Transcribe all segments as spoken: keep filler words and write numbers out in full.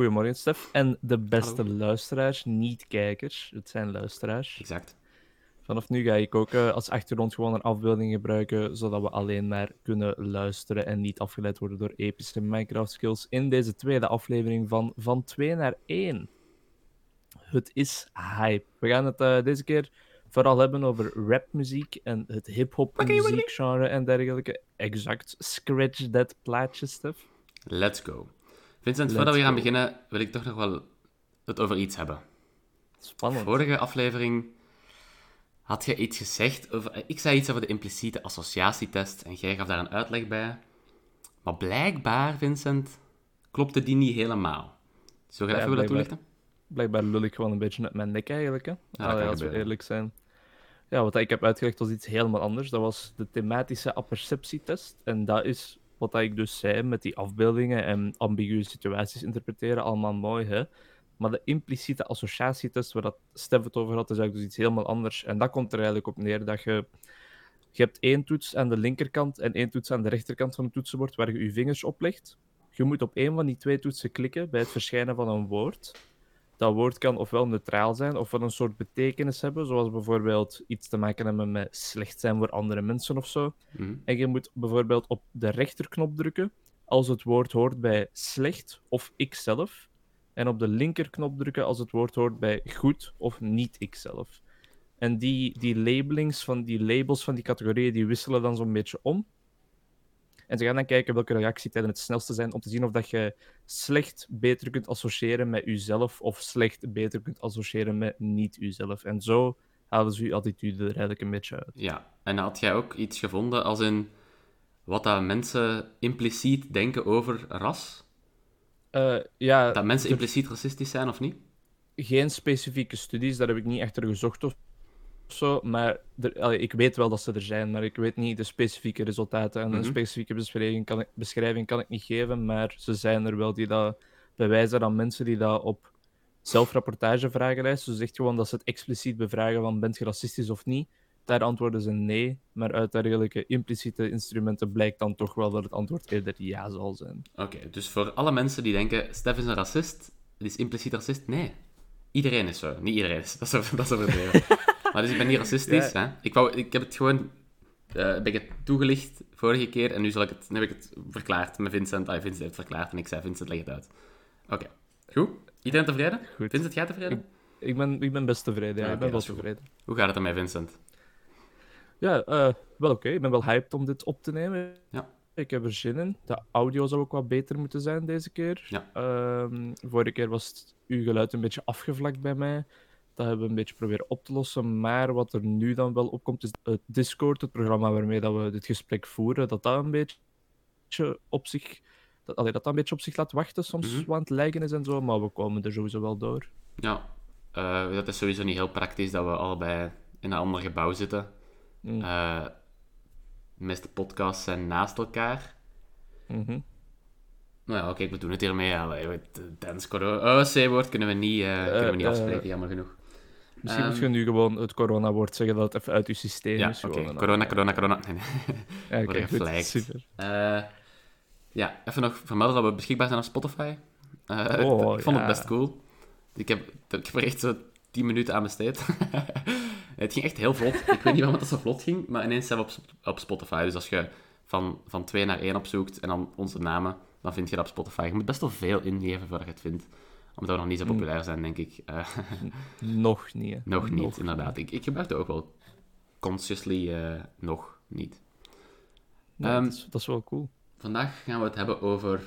Goedemorgen, Stef. En de beste Hallo. luisteraars, niet kijkers. Het zijn luisteraars. Exact. Vanaf nu ga ik ook uh, als achtergrond gewoon een afbeelding gebruiken, zodat we alleen maar kunnen luisteren en niet afgeleid worden door epische Minecraft skills in deze tweede aflevering van Van twee naar één. Het is hype. We gaan het uh, deze keer vooral hebben over rapmuziek en het hip-hop muziekgenre en dergelijke. Exact. Scratch that plaatje, Stef. Let's go. Vincent, Let's voordat we gaan go. beginnen, wil ik toch nog wel het over iets hebben. Spannend. Vorige aflevering had je iets gezegd over... Ik zei iets over de impliciete associatietest en jij gaf daar een uitleg bij. Maar blijkbaar, Vincent, klopte die niet helemaal. Zou je Ja, even willen toelichten? Blijkbaar lul ik gewoon een beetje uit mijn nek eigenlijk. Hè? Ja, Allee, kan als we gebeuren. eerlijk zijn. Ja, wat ik heb uitgelegd was iets helemaal anders. Dat was de thematische apperceptietest. En dat is wat ik dus zei met die afbeeldingen en ambiguë situaties interpreteren. Allemaal mooi, hè? Maar de impliciete associatietest, waar dat Stef het over had, is eigenlijk dus iets helemaal anders. En dat komt er eigenlijk op neer dat je... Je hebt één toets aan de linkerkant en één toets aan de rechterkant van het toetsenbord waar je je vingers op legt. Je moet op één van die twee toetsen klikken bij het verschijnen van een woord. Dat woord kan ofwel neutraal zijn, ofwel een soort betekenis hebben, zoals bijvoorbeeld iets te maken hebben met slecht zijn voor andere mensen of zo. Mm-hmm. En je moet bijvoorbeeld op de rechterknop drukken als het woord hoort bij slecht of ikzelf. En op de linkerknop drukken als het woord hoort bij goed of niet ikzelf. En die, die labelings van die labels van die categorieën, die wisselen dan zo'n beetje om. En ze gaan dan kijken welke reactietijden het snelste zijn om te zien of dat je slecht beter kunt associëren met jezelf of slecht beter kunt associëren met niet jezelf. En zo halen ze je attitude er eigenlijk een beetje uit. Ja, en had jij ook iets gevonden als in wat dat mensen impliciet denken over ras? Uh, ja, Dat mensen er... impliciet racistisch zijn of niet? Geen specifieke studies, daar heb ik niet achter gezocht of zo, maar er, allee, ik weet wel dat ze er zijn, maar ik weet niet de specifieke resultaten. En Mm-hmm. een specifieke beschrijving kan, ik, beschrijving kan ik niet geven, maar ze zijn er wel die dat bewijzen aan mensen die dat op zelfrapportagevragenlijst, dus echt gewoon dat ze het expliciet bevragen van bent je racistisch of niet. Daar antwoorden ze nee, maar uit dergelijke impliciete instrumenten blijkt dan toch wel dat het antwoord eerder ja zal zijn. Oké, okay, dus voor alle mensen die denken, Stef is een racist, die is impliciet racist, nee. Iedereen is zo. Niet iedereen is. Dat is, dat is overdreven. Maar dus ik ben niet racistisch. Ja. Hè? Ik, wou, ik heb het gewoon uh, ben ik het toegelicht vorige keer en nu, zal ik het, nu heb ik het verklaard met Vincent. Ah, Vincent heeft het verklaard en ik zei, Vincent, leg het uit. Oké. Okay. Goed? Iedereen tevreden? Goed. Vincent, jij tevreden? Ik, ik, ben, ik ben best tevreden, ja. Ah, ik okay, ben wel tevreden. Goed. Hoe gaat het ermee, Vincent? Ja, uh, wel oké. Okay. Ik ben wel hyped om dit op te nemen. Ja. Ik heb er zin in. De audio zou ook wat beter moeten zijn deze keer. Ja. Uh, vorige keer was het, uw geluid een beetje afgevlakt bij mij. Dat hebben we een beetje proberen op te lossen. Maar wat er nu dan wel opkomt, is het Discord, het programma waarmee dat we dit gesprek voeren, dat dat een beetje op zich, dat, allee, dat, dat een beetje op zich laat wachten soms, mm-hmm. wat aan het lijken is en zo. Maar we komen er sowieso wel door. Ja, uh, dat is sowieso niet heel praktisch dat we allebei in een ander gebouw zitten. Mm. Uh, de meeste podcasts zijn naast elkaar. Mm-hmm. Nou ja, oké, okay, we doen het hiermee. Tijdens corona... Oh, C-woord kunnen we niet, uh, uh, kunnen we niet uh, afspreken, jammer genoeg. Misschien um, moet je nu gewoon het corona-woord zeggen dat het even uit je systeem ja, is. Ja, oké. Okay. Corona, corona, corona. Nee, nee. Ja, okay, goed, super. Uh, ja, even nog vermelden dat we beschikbaar zijn op Spotify. Uh, oh, ik vond ja. het best cool. Ik heb, ik heb er echt zo tien minuten aan besteed. Het ging echt heel vlot. Ik weet niet waarom het zo vlot ging, maar ineens zijn we op, op Spotify. Dus als je van, van twee naar één opzoekt en dan onze namen, dan vind je dat op Spotify. Je moet best wel veel ingeven voordat je het vindt. Omdat we nog niet zo populair zijn, denk ik. Uh, nog niet. Hè. Nog niet, nog inderdaad. Ik, ik gebruik het ook wel consciously uh, nog niet. Nee, um, dat, is, dat is wel cool. Vandaag gaan we het hebben over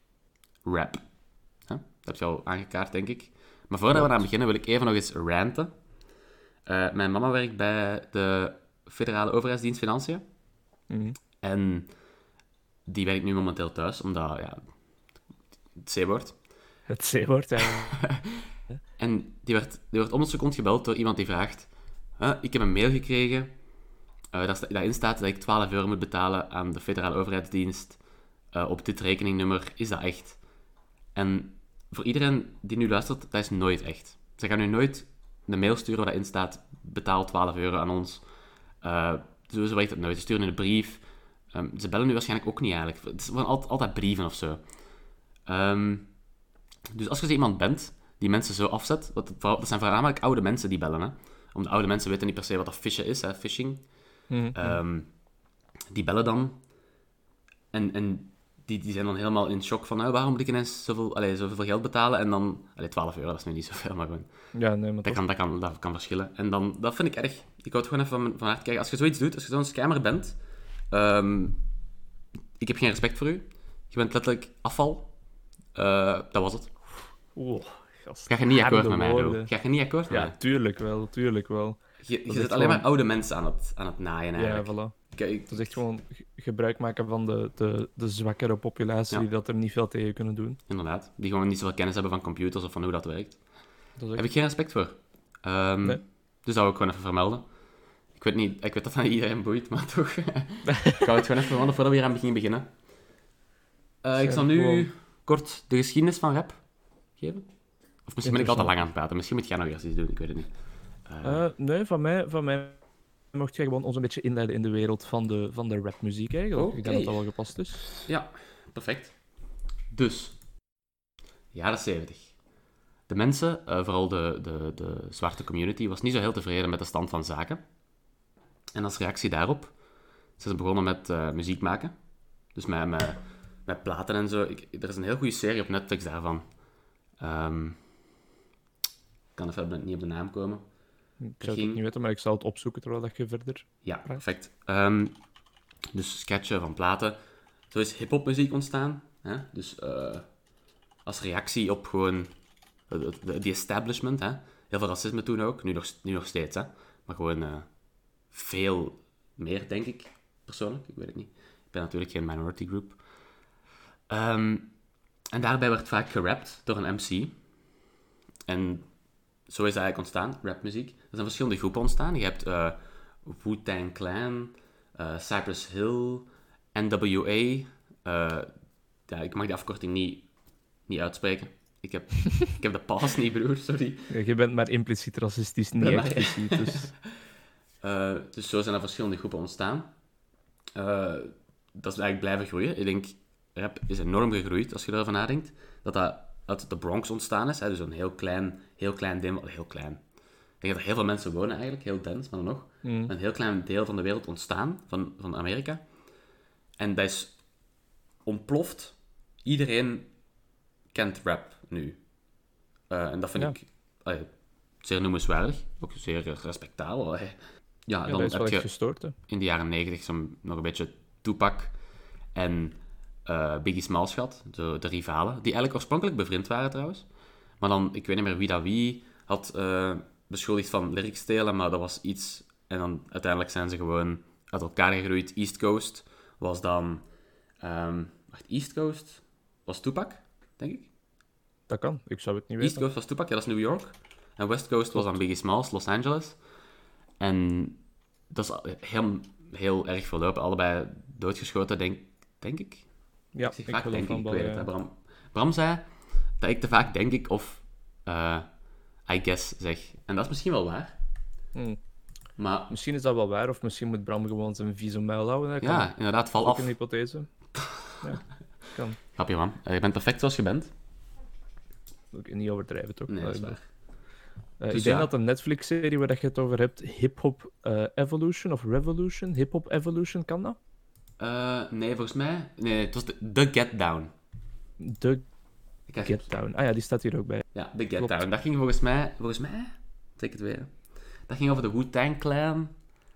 rap. Huh? Dat heb je al aangekaart, denk ik. Maar voordat we eraan beginnen, wil ik even nog eens ranten. Uh, mijn mama werkt bij de Federale Overheidsdienst Financiën. Mm-hmm. En die werkt nu momenteel thuis, omdat, ja, het C-woord. Het C-woord, ja. En die werd, die werd om een seconde gebeld door iemand die vraagt... Huh, ik heb een mail gekregen, uh, daar sta, daarin staat dat ik twaalf euro moet betalen aan de Federale Overheidsdienst uh, op dit rekeningnummer. Is dat echt? En voor iedereen die nu luistert, dat is nooit echt. Ze gaan nu nooit een mail sturen waar daarin staat... betaal twaalf euro aan ons. Uh, zo, zo werkt het nooit. Ze sturen een brief... Um, ze bellen nu waarschijnlijk ook niet eigenlijk. Het zijn altijd, altijd brieven of zo. Um, Dus als je zo iemand bent die mensen zo afzet... wat- vooral- Dat zijn voornamelijk oude mensen die bellen, hè. Om de oude mensen weten niet per se wat dat fishen is, hè, phishing. Mhm. Ehm, die bellen dan. En, en die, die zijn dan helemaal in shock van... "Ah, waarom moet ik ineens zoveel, allee, zoveel geld betalen?" En dan... Allee, twaalf euro, dat is nu niet zoveel, maar gewoon... Ja, nee, maar Dat kan, dat, kan, dat kan verschillen. En dan, dat vind ik erg. Ik wou het gewoon even van, van harte kijken. Als je zoiets doet, als je zo'n scammer bent... ehm, ik heb geen respect voor u. Je bent letterlijk afval. Eh, dat was het. Oeh, gast. Ga je niet akkoord Harde met mij, woorden. Ro? Ga je niet akkoord met Ja, mij? tuurlijk wel, tuurlijk wel. Je, je is zit echt alleen maar gewoon- oude mensen aan het, aan het naaien, Ja, eigenlijk. voilà. Kijk, Het is echt gewoon ge- gebruik maken van de, de, de zwakkere populatie Ja. die dat er niet veel tegen kunnen doen. inderdaad. Die gewoon niet zoveel kennis hebben van computers of van hoe dat werkt. Dat is Heb echt... ik geen respect voor. Ehm, Nee. Dus dat wil ik gewoon even vermelden. Ik weet, niet, ik weet dat dat niet iedereen boeit, maar toch. Ik ga het gewoon even vermelden voordat we hier aan beginnen beginnen. Eh, ik Ja, zal nu gewoon- kort de geschiedenis van rap geven. Of misschien ben ik al te Interessant. lang aan het praten. Misschien moet jij nog eerst iets doen, ik weet het niet. Eh, Eh, nee, van mij, van mij mocht jij gewoon ons een beetje inleiden in de wereld van de, van de rapmuziek eigenlijk. Ik denk Oké. dat dat wel gepast is. Ja, perfect. Dus, jaren zeventig. De mensen, eh, vooral de, de, de zwarte community, was niet zo heel tevreden met de stand van zaken. En als reactie daarop zijn ze begonnen met eh, muziek maken. Dus met, met, met platen en zo. Ik, er is een heel goede serie op Netflix daarvan. Ehm, ik kan even niet op de naam komen. Ik zou ging- het niet weten, maar ik zal het opzoeken terwijl dat je verder... Ja, perfect. Ehm, dus sketchen van platen. Zo is hip-hop-muziek ontstaan. Hè? Dus eh, als reactie op gewoon de, de, die establishment. Hè? Heel veel racisme toen ook. Nu nog, nu nog steeds, hè? Maar gewoon eh, veel meer, denk ik. Persoonlijk, ik weet het niet. Ik ben natuurlijk geen minority group. Ehm, en daarbij werd vaak gerapt door een M C. En zo is het eigenlijk ontstaan, rapmuziek. Er zijn verschillende groepen ontstaan. Je hebt eh Wu-Tang Clan, eh, Cypress Hill, N W A. eh, ja, ik mag die afkorting niet, niet uitspreken. Ik heb, ik heb de paas niet, broer, sorry. Ja, je bent maar impliciet racistisch, niet Ja, maar- expliciet. Dus... Eh, dus zo zijn er verschillende groepen ontstaan. Eh, dat is eigenlijk blijven groeien. Ik denk, rap is enorm gegroeid, als je erover nadenkt. Dat dat uit de Bronx ontstaan is. Hè? Dus een heel klein, heel klein deel... Heel klein. Ik denk dat er heel veel mensen wonen eigenlijk, heel dens, maar dan nog. Mm. Een heel klein deel van de wereld ontstaan, van, van Amerika. En dat is ontploft. Iedereen kent rap nu. Eh, en dat vind Ja. ik allee, zeer noemenswaardig. Ook zeer respectabel. allee. Ja, Ja, dan dat is wel heb echt je gestoord, hè. in de jaren negentig zo'n nog een beetje Tupac en eh, Biggie Smalls gehad, zo de rivalen, die eigenlijk oorspronkelijk bevriend waren trouwens. Maar dan, ik weet niet meer wie dat wie had eh, beschuldigd van lyrics stelen, maar dat was iets... En dan uiteindelijk zijn ze gewoon uit elkaar gegroeid. East Coast was dan... ehm, wacht, East Coast was Tupac, denk ik. Dat kan, ik zou het niet East weten. Coast was Tupac, ja, dat is New York. En West Coast was dan Biggie Smalls, Los Angeles. En dat is heel, heel erg verlopen. Allebei doodgeschoten, denk, denk ik. Ja, Ik zeg ik vaak geloof denk ik, van ik wel, weet het. ja. hè. Bram, Bram zei dat ik te vaak denk ik of eh, I guess zeg. En dat is misschien wel waar. Mm. Maar Misschien is dat wel waar, of misschien moet Bram gewoon zijn vieze muil houden. Dat kan ja, inderdaad, val ook af. een hypothese. Ja, kan. Grapje, man. Eh, je bent perfect zoals je bent. Ook niet overdrijven, toch? Nee, dat is Eh, waar. eh, Dus ik denk ja. dat de Netflix-serie waar dat je het over hebt, Hip Hop eh, Evolution of Revolution, Hip Hop Evolution, kan dat? Eh, nee, volgens mij... Nee, het was de, The Get Down. The Ik ga Get Down. Ah ja, die staat hier ook bij. Ja, The Get Klopt. Down. Dat ging volgens mij... Volgens mij... Zeg het weer. Dat ging over de Wu-Tang Clan.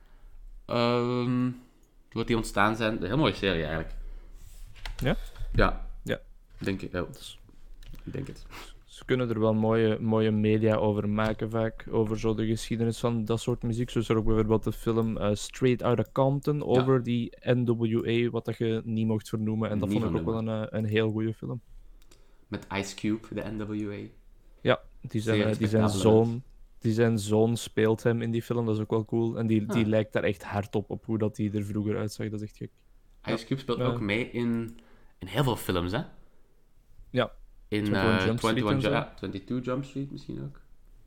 Ehm hoe die ontstaan zijn. Een heel mooie serie, eigenlijk. Ja? Ja. Ja. Denk ik wel. Ik denk het. Ze kunnen er wel mooie, mooie media over maken, vaak. Over zo de geschiedenis van dat soort muziek. Zo is er ook bijvoorbeeld de film eh, Straight Outta Compton over die N W A, wat dat je niet mocht vernoemen. En dat Niet vond ik ook wel vernoemen. een, eh, een heel goede film. Met Ice Cube, de N W A. Ja, die zijn, Zeer eh, die zijn respectabele zoon... Die zijn zoon speelt hem in die film, dat is ook wel cool. En die, die Ah. lijkt daar echt hard op, op hoe dat hij er vroeger uitzag. Dat is echt gek. Ice Cube speelt Ja. ook mee in, in heel veel films, hè? Ja. In eenentwintig eh, Jump Street eenentwintig en zo. ja, tweeëntwintig Jump Street misschien ook.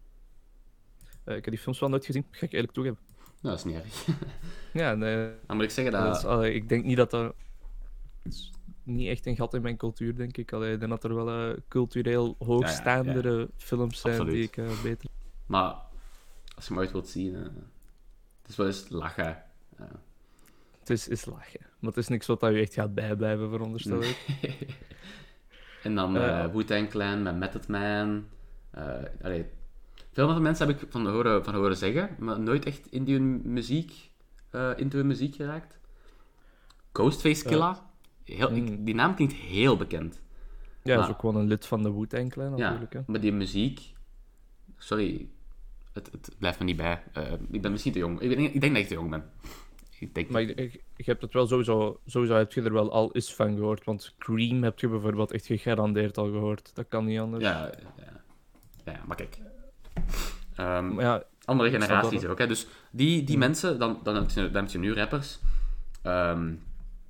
Eh, ik heb die films wel nooit gezien, ga ik eerlijk toegeven. Nou, dat is niet erg. Ja, nee, Dan moet ik zeggen dat is, dat... allee, ik denk niet dat dat... niet echt een gat in mijn cultuur, denk ik. Allee, ik denk dat er wel uh, cultureel hoogstaandere ja, ja. films zijn Absoluut. die ik uh, beter... Maar als je hem ooit wilt zien, uh, het is wel eens lachen. Uh. Het is, is lachen. Maar het is niks wat je echt gaat bijblijven, veronderstel ik. Nee. En dan uh, uh, Wu-Tang Clan met Method Man. Uh, allee, veel van de mensen heb ik van horen, van horen zeggen, maar nooit echt in die muziek, uh, into hun muziek geraakt. Ghostface Killah. Heel, Mm. ik, die naam klinkt heel bekend. Ja, maar, is ook gewoon een lid van de Wu-Tang Clan natuurlijk. Ja, hè. maar die muziek... Sorry, het, het blijft me niet bij. Uh, ik ben misschien te jong. Ik, denk, ik denk dat ik te jong ben. Ik denk... Maar ik, ik, ik heb het wel sowieso... Sowieso heb je er wel al eens van gehoord. Want Cream heb je bijvoorbeeld echt gegarandeerd al gehoord. Dat kan niet anders. Ja, ja, ja maar kijk. Um, maar ja, andere generaties ook. Hè. Dus die, die mm. mensen, dan, dan, heb je, dan heb je nu rappers. Um,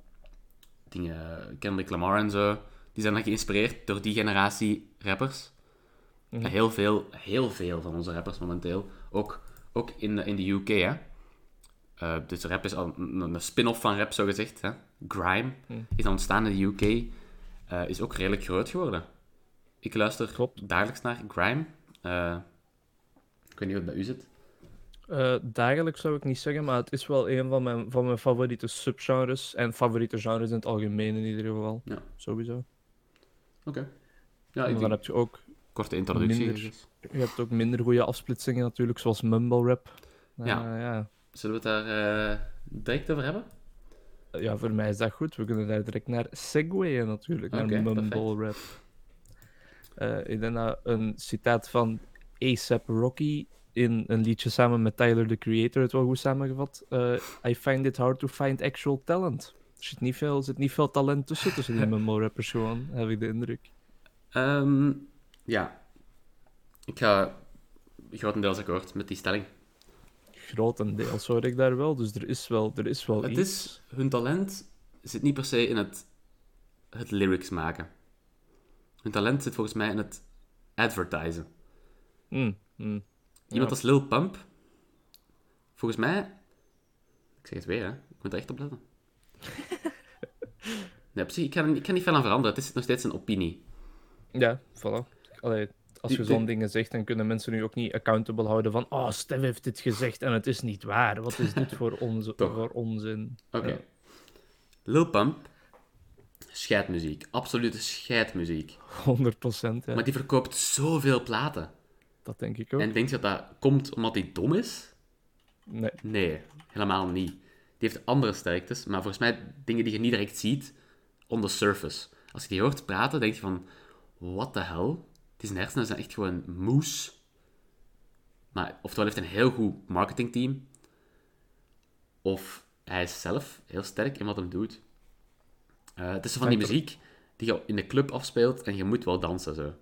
dingen, Kendrick Lamar en zo. Die zijn dan geïnspireerd door die generatie rappers. Mm. Heel veel, heel veel van onze rappers momenteel. Ook, ook in, in de U K, hè. Uh, dus rap is al een, een spin-off van rap, zo gezegd. Hè. Grime mm. is ontstaan in de U K. Uh, is ook redelijk groot geworden. Ik luister Klopt. dagelijks naar Grime. Uh, ik weet niet wat het bij u zit. Uh, dagelijks zou ik niet zeggen, maar het is wel een van mijn, van mijn favoriete subgenres. En favoriete genres in het algemeen in ieder geval. Ja. Sowieso. Oké. Okay. Ja, maar dan heb je ook... Korte introductie. Minder, je hebt ook minder goede afsplitsingen natuurlijk, zoals mumble rap. Uh, ja. ja. Zullen we het daar uh, direct over hebben? Ja, voor mij is dat goed. We kunnen daar direct naar segwayen natuurlijk, naar okay, mumble rap. Uh, ik denk dat een citaat van A$AP Rocky in een liedje samen met Tyler, the Creator, het wel goed samengevat. Uh, I find it hard to find actual talent. Er zit niet veel, zit niet veel talent tussen, tussen die mumble rappers gewoon, heb ik de indruk. Um, ja. Ik ga grotendeels akkoord met die stelling. Grotendeels hoor ik daar wel, dus er is wel, er is wel het iets. Is, hun talent zit niet per se in het, het lyrics maken. Hun talent zit volgens mij in het advertisen. Mm, mm. Iemand ja. als Lil Pump, volgens mij... Ik zeg het weer, hè. Ik moet er echt op letten. Nee, precies. Ik kan, ik kan niet veel aan veranderen. Het is nog steeds een opinie. Ja, voilà. Allee, als je die, zo'n die... dingen zegt, dan kunnen mensen nu ook niet accountable houden van oh, Stef heeft dit gezegd en het is niet waar. Wat is dit voor, onz- voor onzin? Oké. Okay. Ja. Lil Pump, scheidmuziek. Absolute scheidmuziek. honderd procent, ja. Maar die verkoopt zoveel platen. Dat denk ik ook. En denk je dat dat komt omdat hij dom is? Nee. Nee, helemaal niet. Die heeft andere sterktes, maar volgens mij dingen die je niet direct ziet on the surface. Als je die hoort praten, denk je van, what the hell? Die zijn hersenen zijn echt gewoon moes. Maar oftewel heeft hij een heel goed marketingteam, of hij is zelf heel sterk in wat hij doet. Uh, het is zo van die muziek die je in de club afspeelt en je moet wel dansen, zo.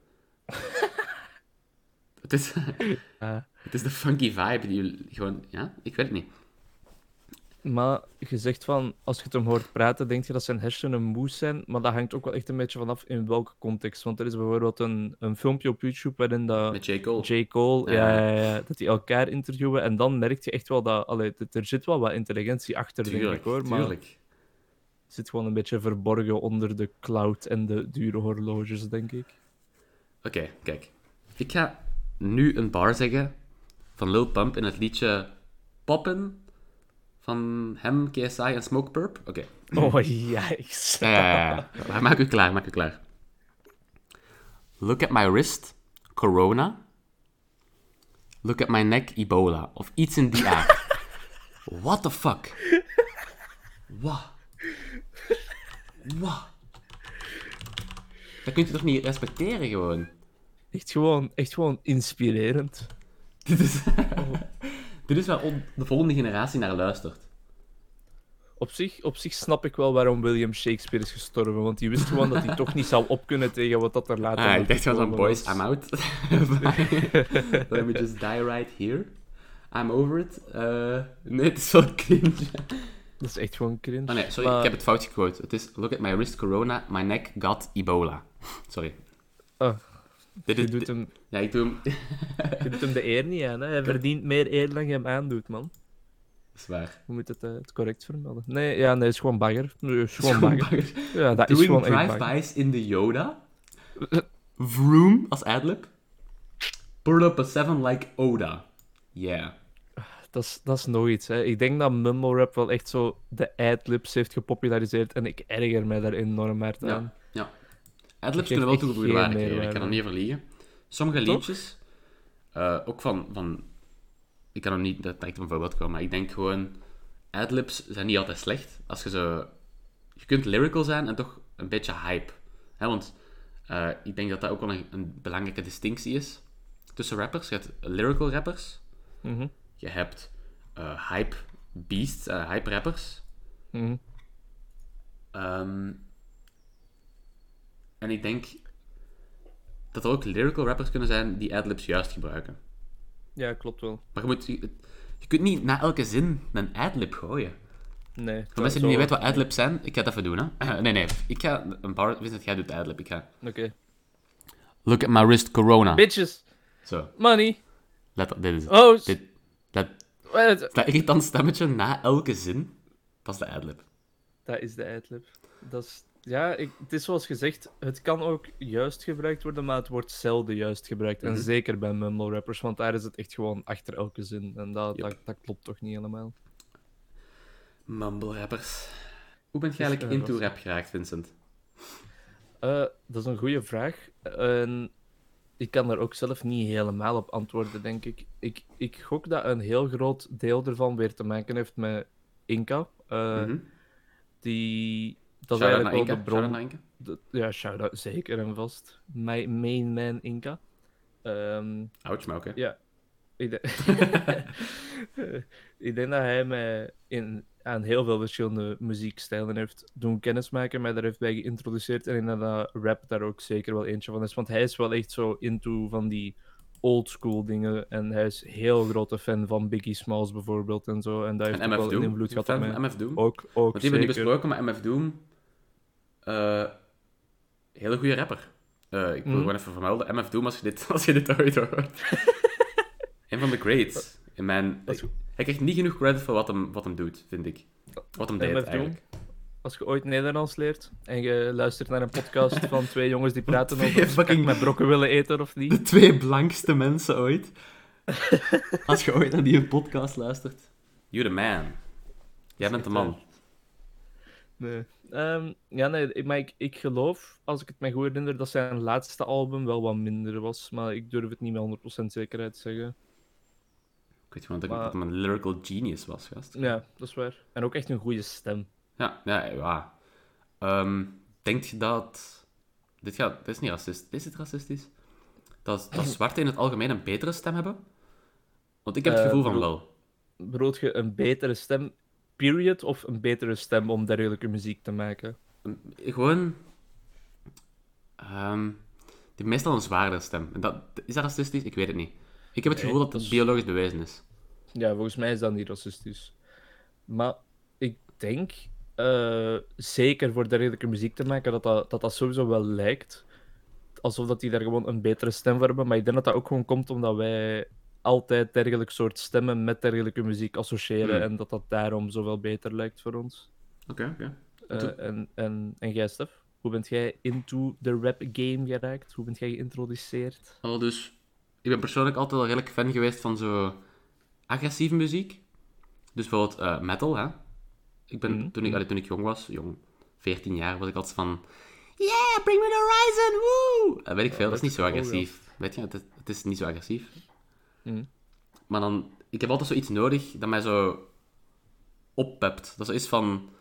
Het is, uh. het is de funky vibe die je gewoon... Ja, ik weet het niet. Maar je zegt van, als je het hem hoort praten, denk je dat zijn hersenen moe zijn, maar dat hangt ook wel echt een beetje vanaf in welke context. Want er is bijvoorbeeld een, een filmpje op YouTube waarin dat... Met J. Cole. J. Cole, ja, ja. Ja, ja, dat die elkaar interviewen en dan merk je echt wel dat... Allee, er zit wel wat intelligentie achter, tuurlijk, denk ik, hoor. Maar tuurlijk. het zit gewoon een beetje verborgen onder de cloud en de dure horloges, denk ik. Oké, okay, kijk. Ik ga nu een bar zeggen van Lil Pump in het liedje Poppin' van hem, K S I en Smoke Purp. Oké. Okay. Oh, yikes. Ja, ja, ja. Maak u klaar, maak u klaar. Look at my wrist, corona. Look at my neck, ebola. Of iets in die aard. What the fuck? Wat? Wat? Dat kun je toch niet respecteren, gewoon? Echt gewoon, echt gewoon inspirerend. Dit is, dit is waar de volgende generatie naar luistert. Op zich, op zich snap ik wel waarom William Shakespeare is gestorven, want hij wist gewoon dat hij toch niet zou opkunnen tegen wat dat er later... Ah, ik dacht wel van, boys, I'm out. Let me just die right here. I'm over it. Uh, nee, het is wel cringe. Dat is echt gewoon cringe. Oh nee, sorry, maar... ik heb het fout gequote. Het is, look at my wrist corona, my neck got ebola. Sorry. Oh, dit je is, doet hem... Ja, ik doe hem... je doet hem de eer niet aan, hè. Hij verdient meer eer dan je hem aandoet, man. is waar. Hoe moet het, uh, het correct vermelden? Nee, ja, nee, het is gewoon bagger. Nee, het is gewoon Gewoon bagger. bagger. Ja, dat is Doing gewoon echt bagger. drive-bys in de Yoda. Vroom als adlib. Pull up a seven like Oda. Yeah. Dat is, dat is nooit, hè. Ik denk dat mumble rap wel echt zo de adlibs heeft gepopulariseerd en ik erger mij daar enorm hard aan. Ja, ja. Adlibs Dat kunnen wel geeft echt toegevoegde waarde geen creëren, ik kan dat niet meerwaarde. even liegen. Sommige Toch? liedjes, uh, ook van, van... Ik kan hem niet direct een voorbeeld komen, maar ik denk gewoon... Adlibs zijn niet altijd slecht. Als je zo... Je kunt lyrical zijn en toch een beetje hype. Hè, want uh, ik denk dat dat ook wel een, een belangrijke distinctie is tussen rappers. Je hebt lyrical rappers. Mhm, Je hebt uh, hype beasts, uh, hype rappers. mhm. Um, en ik denk dat er ook lyrical rappers kunnen zijn die adlibs juist gebruiken. Ja, klopt wel. Maar je, moet, je, je kunt niet na elke zin een adlib gooien. Nee. Voor mensen die niet weten wat adlibs zijn, ik ga het even doen. Hè. nee, nee. Ik ga een bar... Vincent, jij doet adlib. Ik ga... Oké. Okay. Look at my wrist, corona. Bitches. Zo. Money. Let op, dit is het. Oh. Dit, dat, What? dat irritant stemmetje na elke zin, dat is de adlib. Dat is de adlib. Dat is... Ja, ik, het is zoals gezegd, het kan ook juist gebruikt worden, maar het wordt zelden juist gebruikt. Mm-hmm. En zeker bij mumble rappers, want daar is het echt gewoon achter elke zin. En dat, Yep. dat, dat klopt toch niet helemaal. Mumble rappers. Hoe ben je eigenlijk uh, into was... rap geraakt, Vincent? Uh, dat is een goede vraag. Uh, ik kan daar ook zelf niet helemaal op antwoorden, denk ik. ik. Ik gok dat een heel groot deel ervan weer te maken heeft met Inca. Uh, Mm-hmm. Die... Dat is Shout-out eigenlijk wel naar de Inca. bron... Shout-out naar Inca. De, ja, shout-out, zeker en vast. My main man Inca. Um, Ouch, maar oké. Ja. Ik, de... ik denk dat hij mij in, aan heel veel verschillende muziekstijlen heeft doen kennismaken, mij daar heeft bij geïntroduceerd. En ik denk dat rap daar ook zeker wel eentje van is. Want hij is wel echt zo into van die oldschool dingen. En hij is heel grote fan van Biggie Smalls bijvoorbeeld en zo. En dat heeft En ook M F wel een Doom. invloed gehad Fan op mij. van M F Doom. Ook, ook Want die hebben we niet zeker. besproken, maar M F Doom... Uh, hele goede rapper. Uh, ik wil Mm. gewoon even vermelden. M F Doom, als je dit, als je dit ooit hoort. Een van de greats. In mijn... Dat is goed. Hij krijgt niet genoeg credit voor wat hem, wat hem doet, vind ik. Wat hem deed, M F Doom. eigenlijk. Als je ooit Nederlands leert en je luistert naar een podcast van twee jongens die praten Twee over of ze fucking- kak met brokken willen eten of niet. De twee blankste mensen ooit. Als je ooit naar die podcast luistert. You the man. Jij bent de man. Nee. Um, ja, nee, ik- maar ik, ik geloof, als ik het me goed herinner, dat zijn laatste album wel wat minder was. Maar ik durf het niet met honderd procent zekerheid te zeggen. Ik weet gewoon dat, Maar- dat hem een lyrical genius was, gast. Ja, dat is waar. En ook echt een goede stem. Ja, ja, ja. Um, denk je dat... Dit, gaat, dit is niet racist. Is het racistisch? Dat, dat zwarten in het algemeen een betere stem hebben? Want ik heb het Eh, gevoel van bedoel- wel. Bedoel je een betere stem, period, of een betere stem om dergelijke muziek te maken? Een- Gewoon... Um, die hebben meestal een zwaardere stem. En dat, is dat racistisch? Ik weet het niet. Ik heb het Nee, gevoel dat dat het is- biologisch bewezen is. Ja, volgens mij is dat niet racistisch. Maar ik denk, eh, zeker voor dergelijke muziek te maken, dat dat, dat dat sowieso wel lijkt. Alsof dat die daar gewoon een betere stem voor hebben. Maar ik denk dat dat ook gewoon komt omdat wij altijd dergelijke soort stemmen met dergelijke muziek associëren. Hmm. En dat dat daarom zoveel beter lijkt voor ons. Oké, oké. Eh, Toe- en, en, en jij, Stef? Hoe bent jij into de rap game geraakt? Hoe bent jij geïntroduceerd? Al dus... Ik ben persoonlijk altijd wel redelijk fan geweest van zo agressieve muziek. Dus bijvoorbeeld eh, metal, hè. Ik ben, Mhm. toen, ik, allee, toen ik jong was, jong, veertien jaar, was ik altijd van... Yeah, bring me the horizon, woo! Dat weet ik veel, dat is niet zo let's go, agressief. Weet je, het is, het is niet zo agressief. Mhm. Maar dan... Ik heb altijd zoiets nodig dat mij zo oppept. Dat zo is van...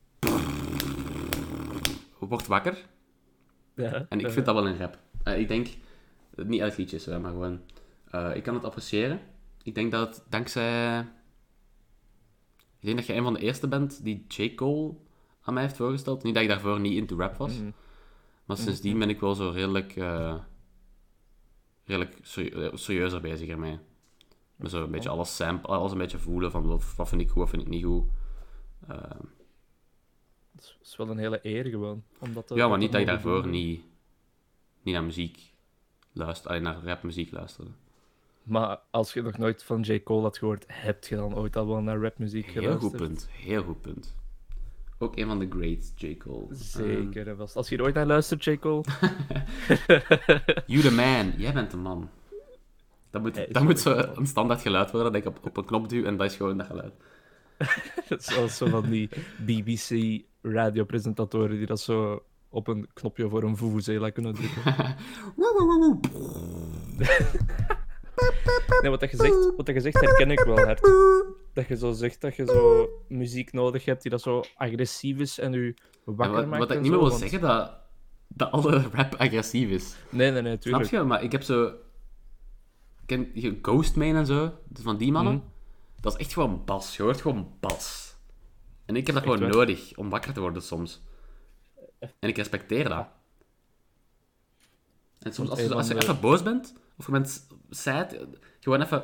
Word wakker. Ja, En ik eh, vind dat wel een rap. Uh, ik denk, niet elk liedje is zo, maar gewoon, uh, ik kan het appreciëren. Ik denk dat het dankzij... Ik denk dat je een van de eerste bent die J. Cole aan mij heeft voorgesteld. Niet dat ik daarvoor niet into rap was. mhm. Maar sindsdien ben ik wel zo redelijk, uh, redelijk serie- serieuzer bezig ermee. Met zo een beetje alles sample, alles een beetje voelen van wat, wat vind ik goed, wat vind ik niet goed. Uh, Dat is- is wel een hele eer gewoon. Omdat ja, maar niet dat ik daarvoor niet, niet naar muziek luisterde, alleen naar rapmuziek luisterde. Maar als je nog nooit van J. Cole had gehoord, heb je dan ooit al wel naar rapmuziek Heel geluisterd? goed punt. Heel goed punt. Ook een van de greats, J. Cole. Zeker. en vast. Als je er ooit naar luistert, J. Cole. You the man. Jij bent de man. Dat moet, Hij is dat moet wel zo echt de man. een standaard geluid worden, dat ik op, op een knop duw en dat is gewoon dat geluid. Zoals zo van die B B C radiopresentatoren die dat zo op een knopje voor een vuvuzela kunnen drukken. Nee, wat dat je zegt, wat dat je zegt herken ik wel hard. Dat je zo zegt dat je zo muziek nodig hebt die dat zo agressief is en je En wakker wat, maakt. wat ik en niet zo, meer wil want- zeggen, dat, dat alle rap agressief is. Nee, nee, nee, Snap tuurlijk. je? Maar ik heb zo... Ken je Ghostman en zo? Dus van die mannen? Mhm. Dat is echt gewoon bas. Je hoort gewoon bas. En ik heb dat Echt gewoon waar? nodig om wakker te worden soms. En ik respecteer dat. En soms, als je, Een als je van de- even boos bent, of je bent sad, gewoon even...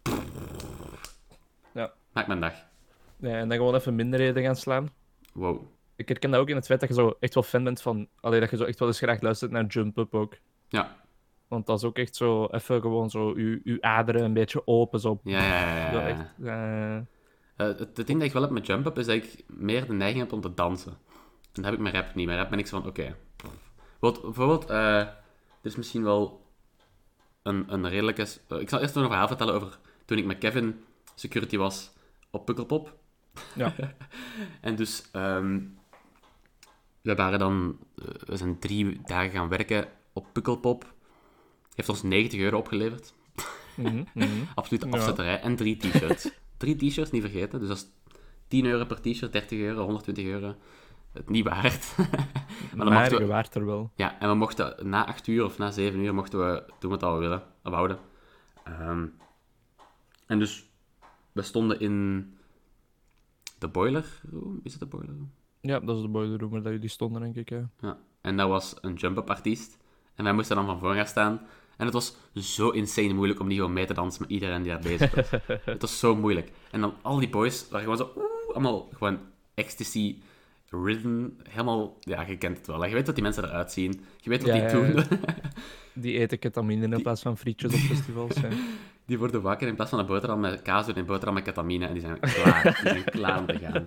Ja. Maak mijn dag. Nee, en dan gewoon even minderheden gaan slaan. Wow. Ik herken dat ook in het feit dat je zo echt wel fan bent van... Allee, dat je zo echt wel eens graag luistert naar Jump Up ook. Ja. Want dat is ook echt zo... Even gewoon zo... Je, je aderen een beetje open, zo... Ja, ja, ja. Zo ja, echt... ja. eh, Eh, het, het ding dat ik wel heb met Jump Up is dat ik meer de neiging heb om te dansen. En dat heb ik met rap niet. Met rap ben ik zo van, oké. Bijvoorbeeld, bijvoorbeeld eh, dit is misschien wel een, een redelijke... eh, ik zal eerst nog een verhaal vertellen over toen ik met Kevin security was op Pukkelpop. Ja. En dus, ehm, we waren dan... eh, we zijn drie dagen gaan werken op Pukkelpop. Heeft ons negentig euro opgeleverd. mhm, mhm. Absolute Ja. afzetterij. En drie t-shirts. drie t-shirts, niet vergeten. Dus dat is tien euro per t-shirt, dertig euro, honderdtwintig euro. Het niet waard. maar dan Maar mochten je we... waart er wel. Ja, en we mochten na acht uur of na zeven uur mochten we doen wat we willen, of wouden. Ehm, en dus, we stonden in de boiler room. Is het de boiler room? Ja, dat is de boiler room waar dat jullie stonden, denk ik. Ja. Ja. En dat was een jump-up artiest. En wij moesten dan van voor gaan staan. En het was zo insane moeilijk om niet gewoon mee te dansen met iedereen die daar bezig was. Het was zo moeilijk. En dan al die boys waren gewoon zo... oeh, allemaal gewoon ecstasy, rhythm. Helemaal... Ja, je kent het wel. Hè. Je weet wat die mensen eruit zien. Je weet wat Ja, die ja, doen. ja. Die eten ketamine in plaats van frietjes op festivals. Ja. Die worden wakker in plaats van een boterham met kaas doen, een boterham met ketamine. En die zijn klaar. Die zijn klaar om te gaan.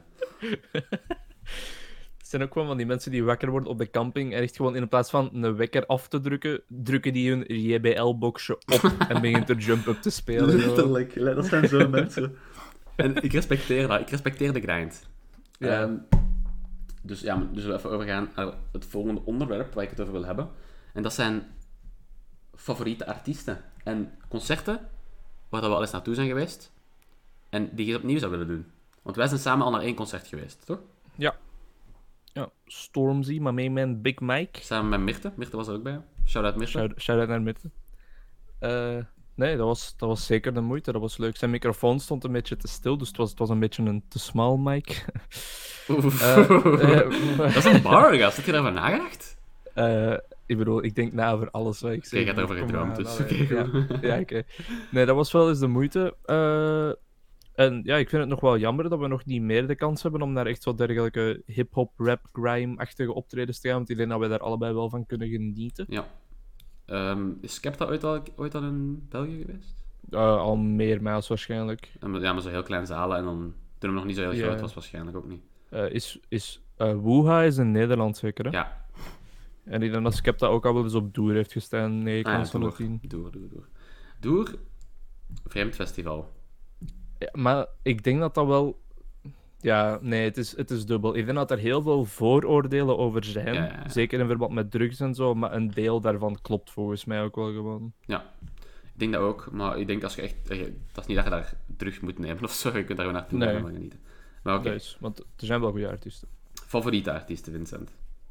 Het zijn ook gewoon van die mensen die wakker worden op de camping en echt gewoon in plaats van een wekker af te drukken, drukken die hun J B L-boxje op en beginnen te jump-up te spelen. joh. Letterlijk. Dat zijn zo mensen. En ik respecteer dat. Ik respecteer de grind. Ja. Ehm, dus ja, dus we zullen even overgaan naar het volgende onderwerp waar ik het over wil hebben. En dat zijn favoriete artiesten. En concerten waar dat we al eens naartoe zijn geweest. En die je opnieuw zou willen doen. Want wij zijn samen al naar één concert geweest, toch? Ja. Ja, Stormzy, maar mee met Big Mike. Samen met Mirte. Mirte was er ook bij. Shout-out Mirte. Shout- Shout-out naar Mitte. Eh, nee, dat was, dat was zeker de moeite. Dat was leuk. Zijn microfoon stond een beetje te stil, dus het was, het was een beetje een te small mic. Oef. Eh, eh, dat is een bar, gast. Heb je daarover nagedacht? Eh, ik bedoel, ik denk na over alles wat ik zeg. je hebt erover Kom gedroomd, aan, dus allee. oké, Ja, goed. ja, oké. Nee, dat was wel eens de moeite. Eh, en ja, ik vind het nog wel jammer dat we nog niet meer de kans hebben om naar echt zo dergelijke hip-hop, rap, grime-achtige optredens te gaan. Want ik denk dat wij daar allebei wel van kunnen genieten. Ja. Ehm, is Skepta ooit al, ooit al in België geweest? Eh, al meermaals waarschijnlijk. En met- Ja, maar zo heel klein zalen en dan toen hem nog niet zo heel Ja. groot was, waarschijnlijk ook niet. Eh, is is eh Wuha is in Nederland zeker, hè? Ja, En ik denk dat Skepta ook al wel eens op Doer heeft gestaan. Nee, ik ah, kan ja, het zo door, zien. door, door, door. Door, vreemd festival. Ja, maar ik denk dat dat wel... Ja, nee, het is, het is dubbel. Ik denk dat er heel veel vooroordelen over zijn. Ja, ja, ja. Zeker in verband met drugs en zo. Maar een deel daarvan klopt volgens mij ook wel gewoon. Ik denk dat ook, maar ik denk als je echt... eh, Dat is niet dat je daar terug moet nemen of zo, je kunt daar gewoon naartoe Nee. gaan en van genieten. Maar oké, Dat is, want er zijn wel goede artiesten. favoriete artiesten, Vincent?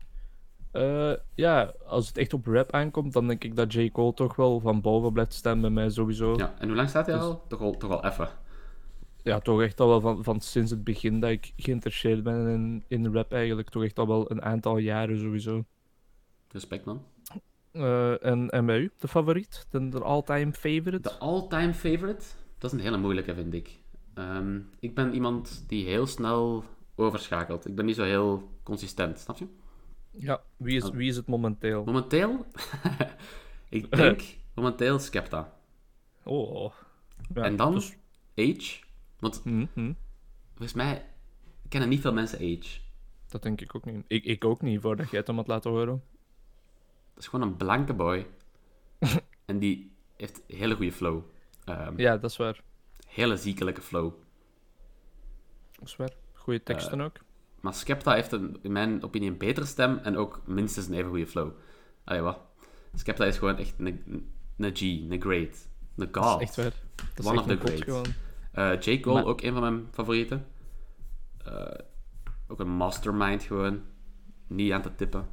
Eh, ja, als het echt op rap aankomt, dan denk ik dat J. Cole toch wel van boven blijft staan bij mij sowieso. Ja, en hoe lang staat hij Dus- al? Toch al, toch al even. Ja, toch echt al wel van, van sinds het begin dat ik geïnteresseerd ben in, in rap eigenlijk. Toch echt al wel een aantal jaren sowieso. Respect, man. Eh, en, en bij u, de favoriet? De, de all-time favorite? De all-time favorite? Dat is een hele moeilijke, vind ik. Ehm, ik ben iemand die heel snel overschakelt. Ik ben niet zo heel consistent, snap je? Ja, wie is, wie is het momenteel? Momenteel? Ik denk momenteel Skepta. Oh. Ja, en dan dus- Age. Want hm, hm. volgens mij kennen niet veel mensen Age. Dat denk ik ook niet. Ik, ik ook niet, voordat jij het hem had laten horen. Dat is gewoon een blanke boy. En die heeft een hele goede flow. Um, Ja, dat is waar. Hele ziekelijke flow. Dat is waar. Goeie teksten ook. Maar Skepta heeft een, in mijn opinie een betere stem en ook minstens een even goede flow. Allee, wat? Skepta is gewoon echt een, een G, een great, een god. Dat is echt waar. Dat is One echt of the een god greats. gewoon. Uh, J. Cole, Maar- ook een van mijn favorieten. Uh, ook een mastermind gewoon. Niet aan te tippen.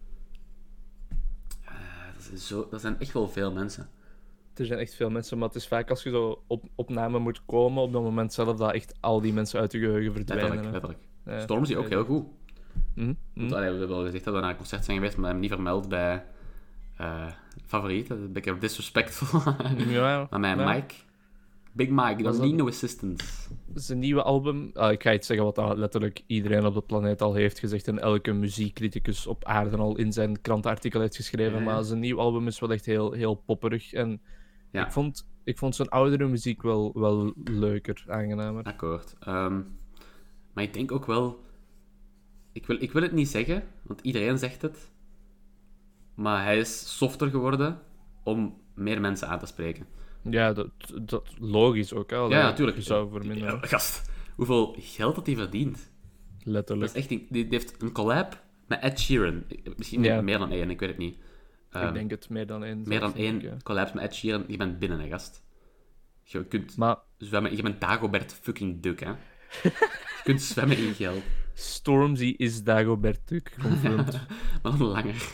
Uh, dat, zijn zo, dat zijn echt wel veel mensen. Er zijn echt veel mensen, maar het is vaak als je zo op opname moet komen, op dat moment zelf, dat echt al die mensen uit je geheugen verdwijnen. Letterlijk, hè. letterlijk. Ja, Stormzy ook ja, heel goed. hm, hm. Want, allee, we hebben al gezegd dat we naar een concert zijn geweest, maar we hebben hem niet vermeld bij uh, favorieten. Dat is een beetje disrespectful. Ja, maar mijn ja. Mike, Big Mike, Was don't dat- need no assistance. Zijn nieuwe album, ah, ik ga iets zeggen wat dat letterlijk iedereen op de planeet al heeft gezegd en elke muziekcriticus op aarde al in zijn krantenartikel heeft geschreven, Ja. maar zijn nieuw album is wel echt heel, heel popperig en Ja. ik vond, ik vond zijn oudere muziek wel, wel leuker, aangenamer. Akkoord. Ehm, maar ik denk ook wel... Ik wil, ik wil het niet zeggen, want iedereen zegt het. Maar hij is softer geworden om meer mensen aan te spreken. Ja, dat, dat logisch ook. Hè? Allee, Ja, natuurlijk. Je zou verminderen, Ja, gast, hoeveel geld dat hij verdient. Dat letterlijk. is echt... Die, die heeft een collab met Ed Sheeran. Misschien Ja. meer dan één, ik weet het niet. Ehm, Ik denk het meer dan één. meer dan zelfs, denk één ik, ja. collabs met Ed Sheeran. Je bent binnen, hè, gast. Je kunt Maar zwemmen... Je bent Dagobert fucking Duck, hè. Je kunt zwemmen in geld. Stormzy is Dagobert Duck, confirmed. Maar dan langer.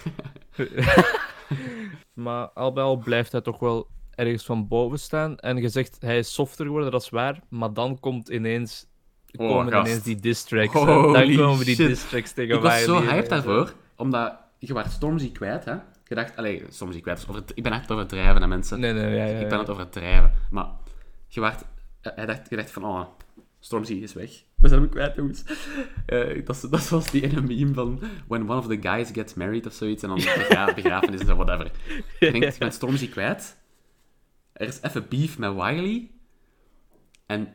Maar al bij al blijft hij toch wel ergens van boven staan. En je zegt, hij is softer geworden, dat is waar. Maar dan komt ineens... Oh, komen gast. ineens die diss tracks. hè. Holy Dan komen die shit. diss tracks tegen Ik was zo Wiley en hyped zo. daarvoor, omdat je werd Stormzy kwijt, hè. Je dacht, allee, Stormzy kwijt. Dus over, ik ben echt over het drijven, hè, mensen. Nee, nee, ja, ja, Ik ben ja. het over het drijven. Maar je, werd, hij dacht, je dacht van, oh, Stormzy is weg. We zijn hem kwijt, jongens. Eh, dat, is- dat was die ene meme van when one of the guys gets married of zoiets. En dan begra begrafenis en zo, whatever. Je denkt, je bent Stormzy kwijt. Er is even beef met Wiley. En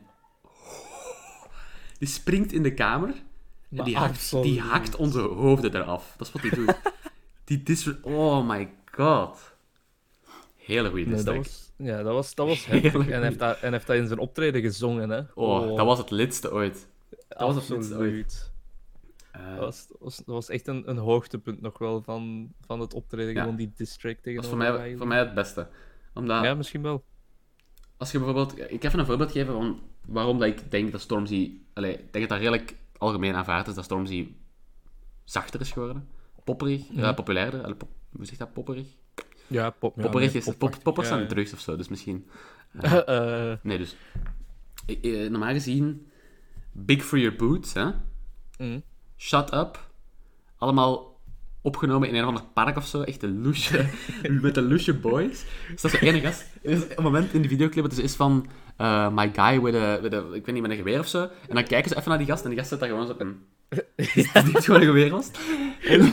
die springt in de kamer. En Maar die hakt, absoluut. die hakt onze hoofden eraf. Dat is wat hij doet. Die dis... Oh my god. Hele goede Nee, diss dat track. was, ja, dat was, dat was Heel heftig. goed. En hij heeft dat, en heeft dat in zijn optreden gezongen, hè. Oh, dat was het lidste ooit. dat was het minste absoluut. Eh, Dat was, dat was, dat was echt een, een hoogtepunt nog wel van, van het optreden. Ja. Gewoon die diss track dat tegen is voor mij, voor mij het beste. Omdat, Ja, misschien wel. als je bijvoorbeeld... Ik ga even een voorbeeld geven van waarom dat ik denk dat Stormzy... Allee, ik denk dat dat redelijk algemeen aanvaard is, dat Stormzy zachter is geworden. Popperig, Mhm. ja, populairder. Allee, pop- hoe zeg je dat? Popperig? Ja, pop, ja, Popperig nee, is... Pop, popachtig, poppers ja, zijn ja. drugs of zo, dus misschien... Eh, Nee, dus... eh, eh, normaal gezien... Big for your boots, hè? mm. Shut Up. Allemaal opgenomen in een of ander park of zo. Echt een loesje. Met de loesje boys. Dus dat is zo ene gast. Er is een moment in die videoclip dat dus is van... eh, my guy with a, with a... Ik weet niet, met een geweer of zo. En dan kijken ze even naar die gast. En die gast zit daar gewoon zo op een... Die heeft gewoon een geweer vast. En,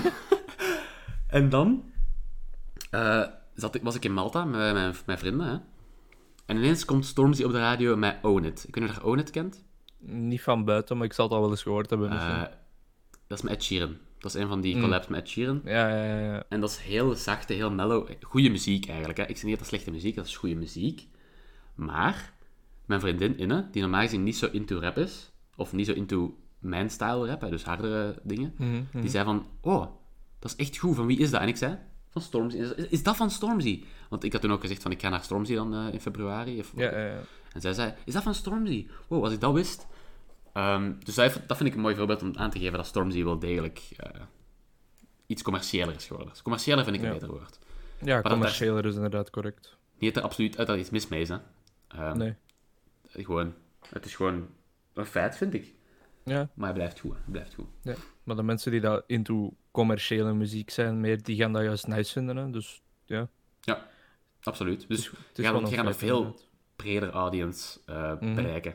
en dan... eh, zat, ik- was ik in Malta met mijn, mijn vrienden, hè. En ineens komt Stormzy op de radio met Own It. Ik weet niet of je Own It kent. Niet van buiten, maar ik zal het al wel eens gehoord hebben. misschien. Eh, dat is met Ed Sheeran. Dat is een van die Mm. collabs met Ed Sheeran. Ja, ja, ja, ja. En dat is heel zachte, heel mellow. Goede muziek eigenlijk. Hè. Ik zeg niet dat dat slechte muziek is, dat is goede muziek. Maar mijn vriendin Inne, die normaal gezien niet zo into rap is, of niet zo into mijn style rap, hè, dus hardere dingen, Mhm, mhm. die zei van, oh, dat is echt goed. Van wie is dat? En ik zei, van Stormzy. Is, is dat van Stormzy? Want ik had toen ook gezegd van, ik ga naar Stormzy dan eh, in februari. Of, Ja, ja, ja. En zij zei, is dat van Stormzy? Wow, als ik dat wist... Ehm, dus dat, heeft- dat vind ik een mooi voorbeeld om aan te geven dat Stormzy wel degelijk eh, iets commerciëler is geworden. Dus commerciëler vind ik een Ja. beter woord. Ja, dat- commerciëler is inderdaad correct. Niet dat er absoluut uit dat iets mis mee is, hè. Ehm, Nee. Gewoon, het is gewoon een feit, vind ik. Ja, Maar hij blijft goed, hè. Hij blijft goed. ja. Maar de mensen die dat into commerciële muziek zijn, meer, die gaan dat juist nice vinden. Hè? Dus ja, Absoluut. Dus het is je gaat, gewoon je gaat een feit, veel inderdaad. breder audience eh, Mhm. bereiken.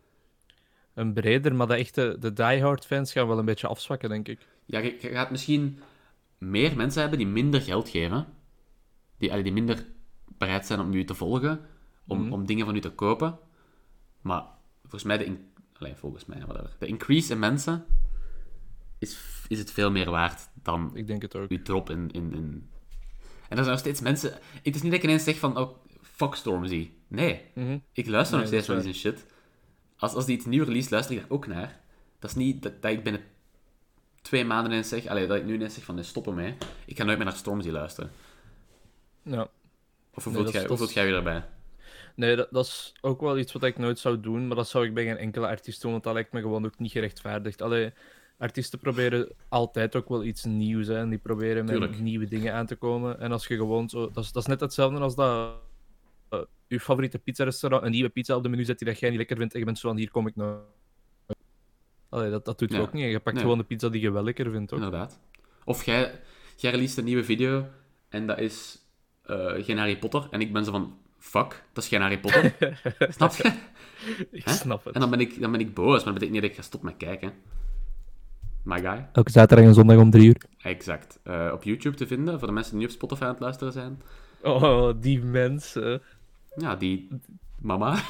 Een breder, maar de echte de diehard fans gaan wel een beetje afzwakken, denk ik. Ja, je, je gaat misschien meer mensen hebben die minder geld geven. Die, allee, die minder bereid zijn om je te volgen. om, Mhm. om dingen van u te kopen. Maar volgens mij, de in- Allee, volgens mij, whatever. De increase in mensen is, is het veel meer waard dan Ik denk het ook. uw drop in, in, in... En er zijn nog steeds mensen... Het is niet dat ik ineens zeg van, oh, fuck Stormzy. Nee, Mhm. ik luister Nee, nog steeds dat naar is die shit. Als, als die iets nieuw release, luister ik daar ook naar. Dat is niet dat, dat ik binnen twee maanden ineens zeg... Allee, dat ik nu ineens zeg van, nee, stop ermee. Ik ga nooit meer naar Stormzy luisteren. Ja. Of hoe Nee, voelt dat is- jij hoe dat voelt is- jij je daarbij? Nee, dat, dat is ook wel iets wat ik nooit zou doen, maar dat zou ik bij geen enkele artiest doen, want dat lijkt me gewoon ook niet gerechtvaardigd. Allee, artiesten proberen altijd ook wel iets nieuws, hè, en die proberen met Tuurlijk. nieuwe dingen aan te komen. En als je gewoon zo... Dat is, dat is net hetzelfde als dat uh, je favoriete pizzarestaurant een nieuwe pizza op de menu zet die dat jij niet lekker vindt en je bent zo van, hier kom ik nou. Allee, dat, dat doet je Ja. ook niet. Je pakt Nee. gewoon de pizza die je wel lekker vindt, ook. Inderdaad. Of jij, jij release een nieuwe video en dat is eh, geen Harry Potter. En ik ben zo van, fuck, dat is geen Harry Potter. Snap je? Ik Hè? snap het. En dan ben ik, dan ben ik boos, maar dat betekent niet dat ik ga stoppen met kijken. My guy. Elke zaterdag en zondag om drie uur. Exact. Eh, op YouTube te vinden, voor de mensen die niet op Spotify aan het luisteren zijn. Oh, die mensen. Ja, die... Mama.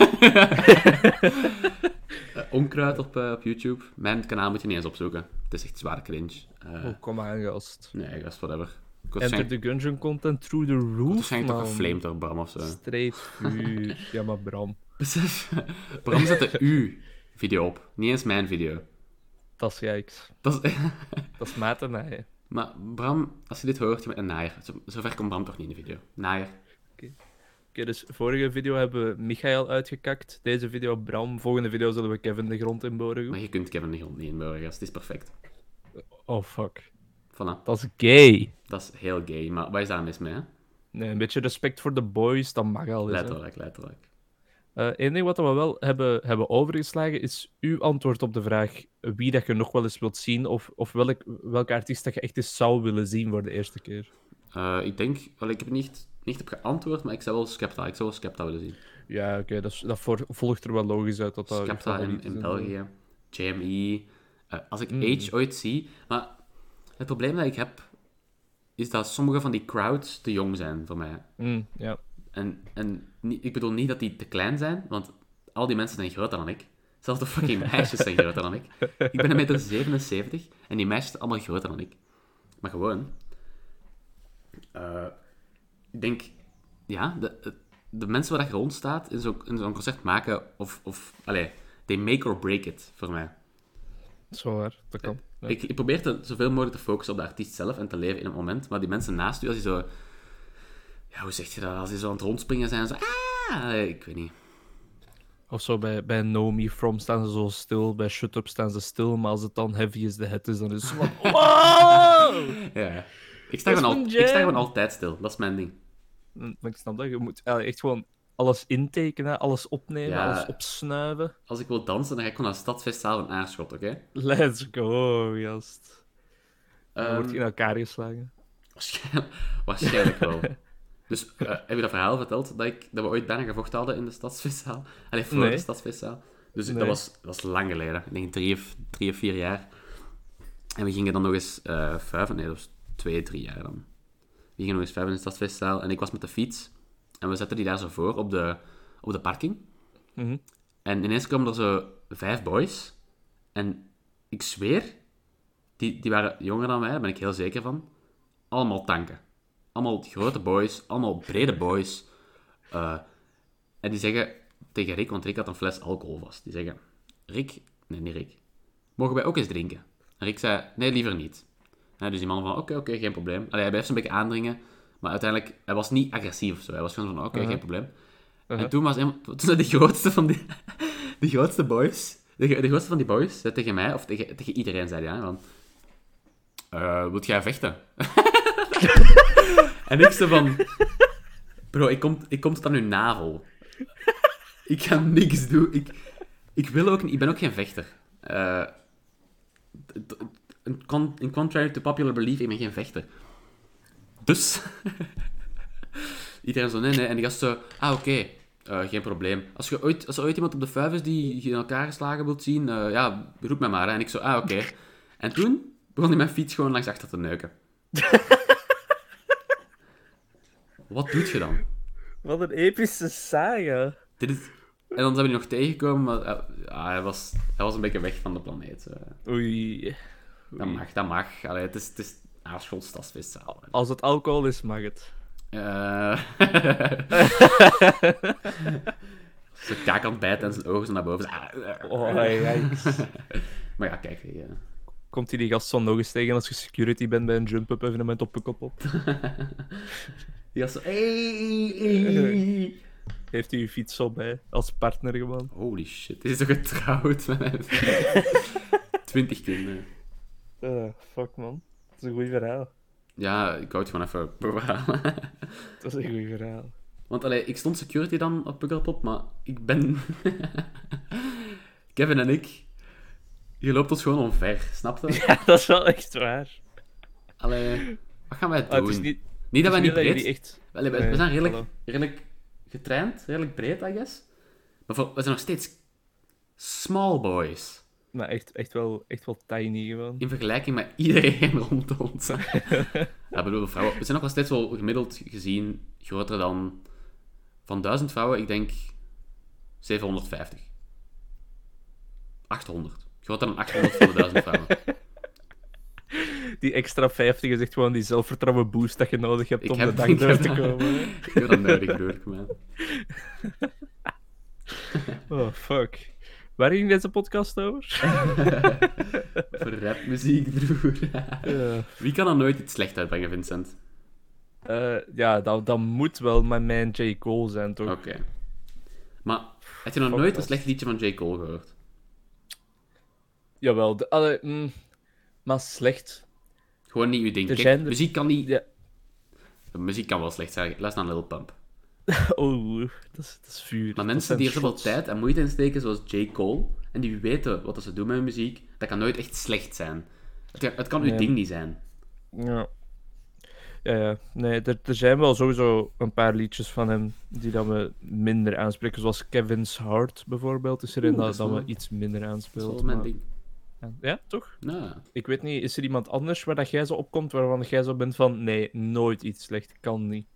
Eh, Onkruid op, eh, op YouTube. Mijn kanaal moet je niet eens opzoeken. Het is echt zwaar cringe. Eh, Oh, kom aan, gast. Nee, gast, whatever. Ik Enter was waarschijnlijk, the Gungeon content through the roof, waarschijnlijk toch man. geflamed door Bram of zo. Straight vuur. Ja, maar Bram. Besef, Bram zette uw video op. Niet eens mijn video. Dat is geks. Dat is... Dat is maat en hij. Maar Bram, als je dit hoort, je bent een naaier. Zo, zover komt Bram toch niet in de video. Naaier. Oké, dus vorige video hebben we Michael uitgekakt. Deze video Bram. Volgende video zullen we Kevin de grond inboren. Maar je kunt Kevin de grond niet inbouwen, gast. Het is perfect. Oh, fuck. Voilà. Dat is gay. Dat is heel gay. Maar wat is daar mis mee, hè? Nee, een beetje respect voor de boys, dat mag al eens. hè. Letterlijk, letterlijk. Eén ding wat we wel hebben, hebben overgeslagen is uw antwoord op de vraag wie dat je nog wel eens wilt zien of, of welk, welke artiest dat je echt eens zou willen zien voor de eerste keer. Eh, ik denk... Wel, ik heb er niet, niet op geantwoord, maar ik zou wel Skepta. Ik zou wel Skepta willen zien. Ja, oké, dat, is- dat voor- volgt er wel logisch uit dat dat uw Skepta in, favoriet is in en zo. België. J M E. Eh, als ik Mm. Age ooit zie... Maar het probleem dat ik heb, is dat sommige van die crowds te jong zijn voor mij. Mm, ja. En, en niet- ik bedoel niet dat die te klein zijn, want al die mensen zijn groter dan ik. Zelfs de fucking meisjes zijn groter dan ik. Ik ben een meter zevenenzeventig en die meisjes zijn allemaal groter dan ik. Maar gewoon... eh, ik denk... Ja, de, de mensen waar dat je rond staat in zo'n in zo'n concert maken, of... of allee, they make or break it, voor mij. Dat is wel waar, dat kan. Ja. Ik, ik probeer te, zoveel mogelijk te focussen op de artiest zelf en te leven in het moment, maar die mensen naast u, als die zo... Ja, hoe zeg je dat? Als die zo aan het rondspringen zijn, zo... Ah, ik weet niet. Of zo bij, bij No Me From staan ze zo stil, bij Shut Up staan ze stil, maar als het dan Heavy is the Head is, dan is het zo van... Wow! Ja. Ik sta, Dat is gewoon al, mijn ik sta jam. gewoon altijd stil. Dat is mijn ding. Mm, Maar ik snap dat, je moet eh, echt gewoon alles intekenen, alles opnemen, Ja. alles opsnuiven. Als ik wil dansen, dan ga ik gewoon naar het Stadsfestival van Aarschot, oké? Let's go, gast. Dan Ehm, wordt je in elkaar geslagen. waarschijnlijk, waarschijnlijk wel. Dus eh, heb je dat verhaal verteld dat, ik, dat we ooit bijna gevochten hadden in de Stadsfestival? Allee, voor Nee. de Stadsfestival. Dus Nee. dat, was, dat was lang geleden. Ik denk drie of, drie of vier jaar. En we gingen dan nog eens eh vijf, nee, dat was twee, drie jaar dan. We gingen nog eens vijf in het Stadsfestival en ik was met de fiets. En we zetten die daar zo voor op de, op de parking. Mhm. En ineens kwamen er zo vijf boys. En ik zweer, die, die waren jonger dan mij, daar ben ik heel zeker van. Allemaal tanken. Allemaal grote boys, allemaal brede boys. Eh, en die zeggen tegen Rick, want Rick had een fles alcohol vast. Die zeggen, Rick, nee, niet Rick, mogen wij ook eens drinken? En Rick zei, nee, liever niet. Ja, dus die man van, oké, oké, geen probleem. Allee, hij bleef zo'n beetje aandringen, maar uiteindelijk, hij was niet agressief of zo. Hij was gewoon van, oké, Uh-huh. geen probleem. Uh-huh. En toen was een, toen zei de grootste van die, de grootste boys, de, de grootste van die boys, zei tegen mij, of tegen, tegen iedereen, zei hij, ja, van, eh, wilt jij vechten? En ik zo van, bro, ik kom, ik kom tot aan uw navel. Ik ga niks doen. Ik, ik wil ook niet, ik ben ook geen vechter. Eh, t- t- in con- in contrary to popular belief, ik ben geen vechter. Dus, iedereen zo, nee, nee. En die gast zo, ah, oké, eh, geen probleem. Als, je ooit, als er ooit iemand op de vijf is die je in elkaar geslagen wilt zien, eh, ja, roep mij maar. Hè. En ik zo, ah, oké. En toen begon hij mijn fiets gewoon langs achter te neuken. Wat doet je dan? Wat een epische saga. Dit is... En dan zijn we die nog tegengekomen, maar uh, ja, hij, was, hij was een beetje weg van de planeet. Uh. Oei. Oei. Dat mag, dat mag. Allee, het is, het is Aarschot stadsfeestzaal. Als het alcohol is, mag het. Uh... Zo kaak aan het bijten en zijn ogen zo naar boven. Oh, hey, Maar ja, kijk. Ja. Komt hij die gast zo nog eens tegen als je security bent bij een jump-up evenement op Pukkelpop? Die gast zo... Hey, hey. Heeft hij je fiets zo bij, als partner gewoon? Holy shit, hij is toch getrouwd met twintig kinderen. Uh, fuck man, dat is een goed verhaal. Ja, ik wou het gewoon even bewaren. Dat is een goed verhaal. Want allee, ik stond security dan op Pukkelpop, maar ik ben... Kevin en ik, je loopt ons gewoon omver, snap je? Ja, dat is wel echt waar. Allee, wat gaan wij doen? Ah, het is niet, niet dat wij niet dat breed... jullie echt... Allee, we, Nee, we zijn redelijk, hallo. redelijk getraind, redelijk breed, I guess. Maar voor, we zijn nog steeds small boys. Maar echt, echt, wel, echt wel tiny gewoon. In vergelijking met iedereen rond ons. Ja, bedoel, vrouwen, we zijn nog wel steeds wel gemiddeld gezien groter dan... Van duizend vrouwen, ik denk... zevenhonderdvijftig. achthonderd. Groter dan achthonderd van de duizend vrouwen. Die extra vijftig is echt gewoon die zelfvertrouwen boost dat je nodig hebt Ik om heb- de dag ik door heb te dat- komen. Ik heb dat nodig, broer, man. Oh, fuck. Waar ging deze podcast over? Voor rapmuziek, broer. Uh, Wie kan er nooit iets slecht uitbrengen, Vincent? uh, ja, dat, dat moet wel mijn man J. Cole zijn, toch? Oké. Maar, heb je nog Fuck nooit dat. een slecht liedje van J. Cole gehoord? Jawel, de, allee, mm, maar slecht. Gewoon niet uw ding. Er Kijk, zijn er- muziek kan niet... Ja. Muziek kan wel slecht zijn. Luister naar Lil Pump. Oh, dat is, dat is vuur. Maar Dat mensen zijn die er zoveel shots. tijd en moeite in steken, zoals J. Cole, en die weten wat ze doen met hun muziek, dat kan nooit echt slecht zijn. Het kan, het kan uw Nee. ding niet zijn. Ja. Ja, ja. Nee, er, er zijn wel sowieso een paar liedjes van hem die dat me minder aanspreken. Zoals Kevin's Heart bijvoorbeeld. Is er een Oeh, dat dat, is dat wel- me iets minder Dat is aanspeelt. wel mijn maar- ding. Ja, ja, toch? Nou, Ik weet niet, is er iemand anders waar dat jij zo opkomt, waarvan jij zo bent van, nee, nooit iets slecht, kan niet.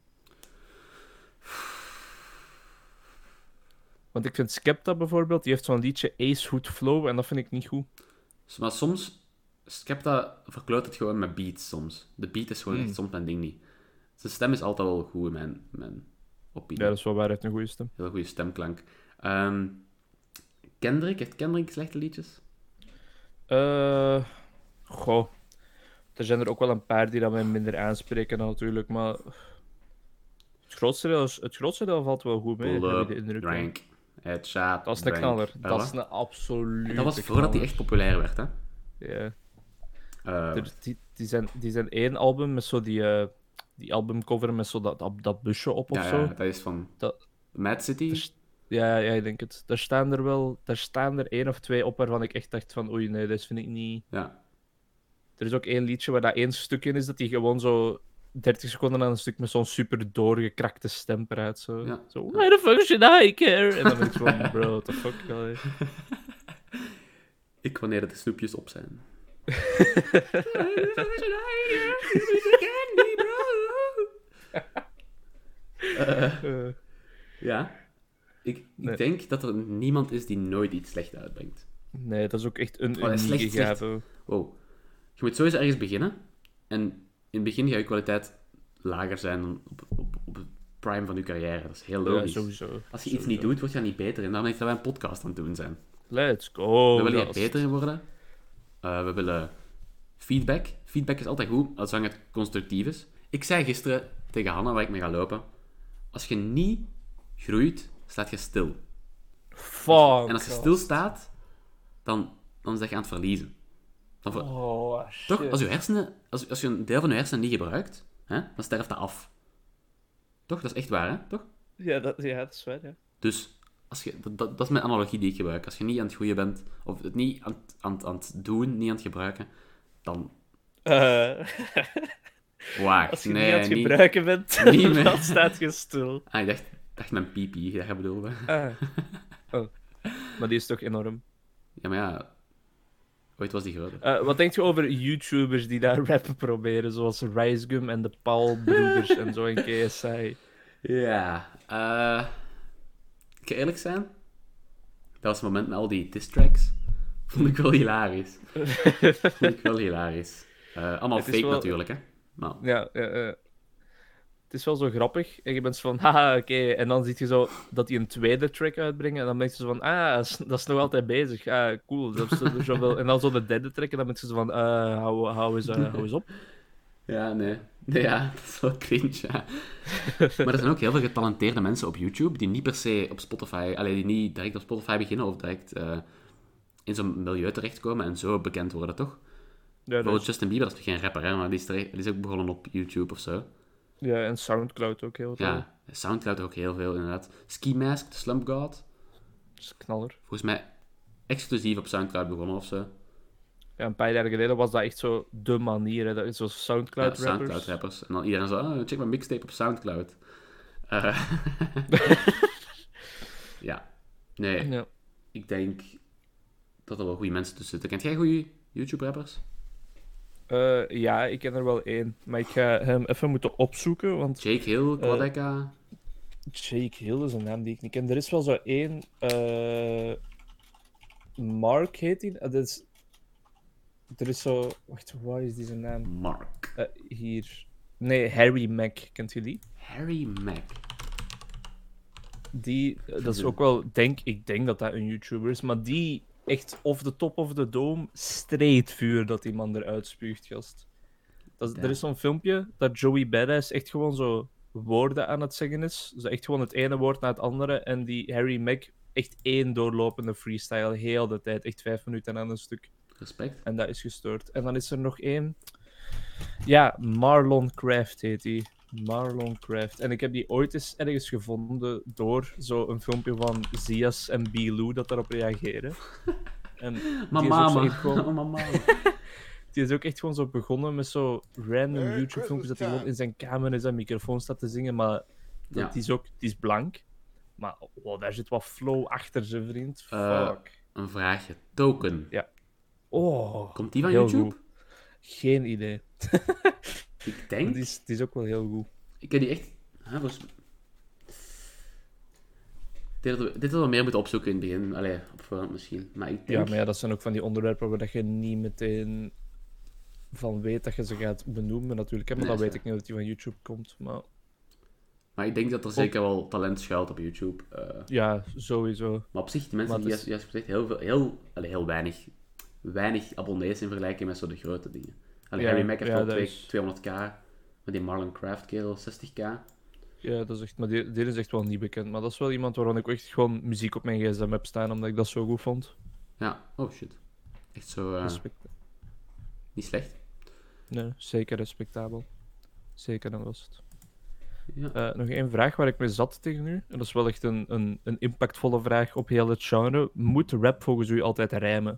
Want ik vind Skepta bijvoorbeeld, die heeft zo'n liedje Ace Hood Flow, en dat vind ik niet goed. maar soms... Skepta verkloot het gewoon met beats soms. De beat is gewoon Hmm. echt soms mijn ding niet. Zijn stem is altijd wel goed in mijn, mijn opinie. Ja, dat is wel waar, hij heeft een goede stem. Heel goede stemklank. Ehm, Kendrick, heeft Kendrick slechte liedjes? Eh, goh. Er zijn er ook wel een paar die dat mij minder aanspreken natuurlijk, maar... Het grootste deel, is- het grootste deel valt wel goed mee, Pull heb up, ik de indruk. drank, headshot, Dat is een drank. knaller. Ah, Dat wat? is een absolute En dat was voordat hij echt populair werd, hè? Ja. Eh, Er, die, die, zijn, die zijn één album met zo die, eh, die albumcover met zo dat, dat, dat busje op of ja, zo. ja, dat is van Dat- Mad City. Er st- Ja, ja, ik denk het. Daar staan er wel daar staan er één of twee op waarvan ik echt dacht van oei, nee, dat vind ik niet... Ja. Er is ook één liedje waar dat één stuk in is dat hij gewoon zo dertig seconden aan een stuk met zo'n super doorgekrakte stem praat. Zo, Ja. zo why the fuck should I care? En dan ben ik zo van, bro, what the fuck? Allee. Ik wanneer de snoepjes op zijn. Eh, Eh, ja. Ik, ik Nee. denk dat er niemand is die nooit iets slecht uitbrengt. nee, dat is ook echt een Oh, dat is unieke slecht, gave. Wow. Je moet sowieso ergens beginnen. En in het begin gaat je kwaliteit lager zijn dan op, op, op het prime van je carrière. Dat is heel Ja, logisch. sowieso. Als je iets Sowieso. niet doet, word je daar niet beter in. Daarom denk ik dat wij een podcast aan het doen zijn. Let's go. we willen hier gast. beter in worden. Eh, we willen feedback. Feedback is altijd goed, als het constructief is. Ik zei gisteren tegen Hanna, waar ik mee ga lopen, als je niet groeit, staat je stil. Fuck. En als je gast. stilstaat, dan, dan zeg je aan het verliezen. Dan ver- Oh, shit. Toch, als je hersenen, als, als je een deel van je hersenen niet gebruikt, hè, dan sterft dat af. Toch? Dat is echt waar, hè? Toch? Ja, dat, ja, dat is waar, ja. Dus, als je, dat, dat, dat is mijn analogie die ik gebruik. Als je niet aan het groeien bent, of het niet aan, het- aan, het- aan het doen, niet aan het gebruiken, dan... Eh, Wacht, als je nee, niet aan het niet... gebruiken bent, niet meer. dan staat je stil. Ah, ik dacht, dacht mijn pipi, dat je bedoelde. Ah. Oh. Maar die is toch enorm. Ja, maar ja... Ooit was die groter. Eh, wat denk je over YouTubers die daar rappen proberen, zoals Rizegum en de Paul Brothers en zo in K S I? Ja. eh ik ga eerlijk zijn. Dat was het moment met al die diss tracks. Vond ik wel hilarisch. Vond ik wel hilarisch. Eh, allemaal Het is fake wel- natuurlijk, hè. Maar, Ja, ja, ja. Het is wel zo grappig. En je bent zo van, haha, oké. En dan zie je zo dat hij een tweede track uitbrengt. En dan ben je zo van, ah, dat is, dat is nog altijd bezig. Ah, cool. Dat is er zoveel... En dan zo de derde track. En dan ben je zo van, uh, hou, hou, eens, uh, hou eens op. ja, nee. Nee, ja, dat is wel cringe, ja. Maar er zijn ook heel veel getalenteerde mensen op YouTube die niet per se op Spotify... Allee, die niet direct op Spotify beginnen of direct eh, in zo'n milieu terechtkomen en zo bekend worden, toch? Ja, Bijvoorbeeld dus, Justin Bieber, dat is geen rapper, hè, maar die is, terecht- die is ook begonnen op YouTube of zo. ja, en Soundcloud ook heel veel. Ja, Soundcloud ook heel veel, inderdaad. Ski Mask, de Slump God, Dat is een knaller. volgens mij exclusief op Soundcloud begonnen of zo. Ja, een paar jaar geleden was dat echt zo de manier. Hè. Dat is zo Ja, Soundcloud-rappers. Soundcloud-rappers. En dan iedereen zo, oh, check mijn mixtape op Soundcloud. Eh, ja. Nee, Ja. ik denk dat er wel goede mensen tussen zitten. Kent jij goede YouTube-rappers? Eh, ja, ik ken er wel één. Maar ik ga hem even moeten opzoeken, want Jake Hill, Quadeca. Jake Hill is een naam die ik niet ken. Er is wel zo één... eh, Mark heet hij. Ah, dat is... Er is zo... Wacht, wat is die zijn naam? Mark. Eh, hier... Nee, Harry Mack. Kent je die? Harry Mack. Die... eh, Dat is ook wel... Denk, ik denk dat dat een YouTuber is, maar die... Echt off the top of the dome, straight vuur dat die man eruit spuugt, gast. Dat, is- Ja. Er is zo'n filmpje dat Joey Badass echt gewoon zo woorden aan het zeggen is. Dus echt gewoon het ene woord na het andere. En die Harry Mack echt één doorlopende freestyle, heel de tijd. Echt vijf minuten aan een stuk. Respect. En dat is gestoord. En dan is er nog één. Ja, Marlon Craft heet die. Marlon Craft. En ik heb die ooit eens ergens gevonden door zo'n filmpje van Zias en Bilou dat daarop reageren. En die is ook zo Mama. echt gewoon- Mama. die is ook echt gewoon zo begonnen met zo random YouTube-filmpjes dat hij gewoon in zijn kamer en zijn microfoon staat te zingen, maar dat, Ja. die, is ook, die is blank. Maar oh, daar zit wat flow achter zijn vriend. Eh, Fuck. Een vraagje. Token. Oh, Komt die van heel YouTube? goed. Geen idee. Ik Maar denk... die is, die is ook wel heel goed. Ik heb die echt... Hè, volgens... Dit hadden we, dit hadden we meer moeten opzoeken in het begin. Allee, op voorhand misschien. Maar ik Ja, denk... maar ja, dat zijn ook van die onderwerpen waar dat je niet meteen van weet dat je ze gaat benoemen natuurlijk. Hè? Maar Nee, dan is weet ik niet dat die van YouTube komt. Maar Maar ik denk dat er zeker wel talent schuilt op YouTube. eh. ja, sowieso. Maar op zich, die mensen Maar die het is- juist gezegd heel, veel, heel, allee, heel weinig, weinig abonnees in vergelijking met zo de grote dingen. Allee, Ja, Harry Mack heeft ja, wel dat twee- is- tweehonderd k, maar die Marlon Craft kerel zestig k. Ja, dat is echt, maar die, die is echt wel niet bekend. Maar dat is wel iemand waarvan ik echt gewoon muziek op mijn gsm heb staan, omdat ik dat zo goed vond. Ja, oh shit. Echt zo, eh, Respect. niet slecht. Nee, zeker respectabel. Zeker en vast. Ja. Eh, nog één vraag waar ik mee zat tegen u. En dat is wel echt een, een, een impactvolle vraag op heel het genre. Moet rap volgens u altijd rijmen?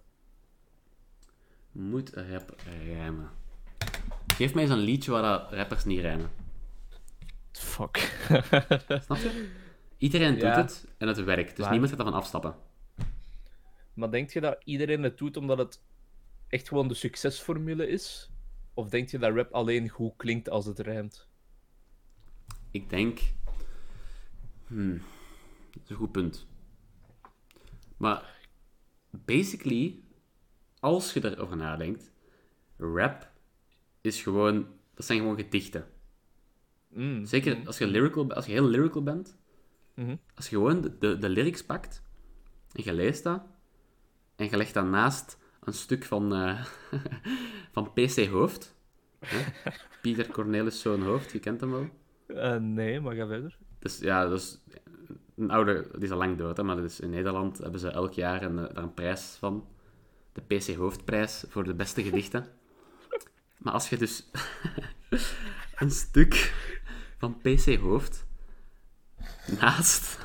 Moet rap rijmen. Geef mij eens een liedje waar dat rappers niet rijmen. Fuck. Snap je? Iedereen doet Ja. het en het werkt, dus Waar? niemand gaat ervan afstappen. Maar denk je dat iedereen het doet omdat het echt gewoon de succesformule is? Of denk je dat rap alleen goed klinkt als het rijmt? Ik denk... Hmm, dat is een goed punt. Maar, basically, als je erover nadenkt, rap is gewoon... Dat zijn gewoon gedichten. Mm. Zeker als je, lyrical, als je heel lyrical bent, Mhm. als je gewoon de, de, de lyrics pakt, en je leest dat, en je legt dat naast een stuk van, eh, van P C Hoofd. Hè? Pieter Cornelis zo'n Hoofd, je kent hem wel. Eh, nee, maar ga verder. Dus ja, dat is een oude, die is al lang dood, hè, maar dat is, in Nederland hebben ze elk jaar een, daar een prijs van. De P C Hoofdprijs voor de beste gedichten. Maar als je dus een stuk van P C Hoofd naast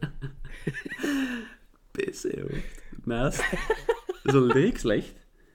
P C Hoofd naast zo'n lyrics legt,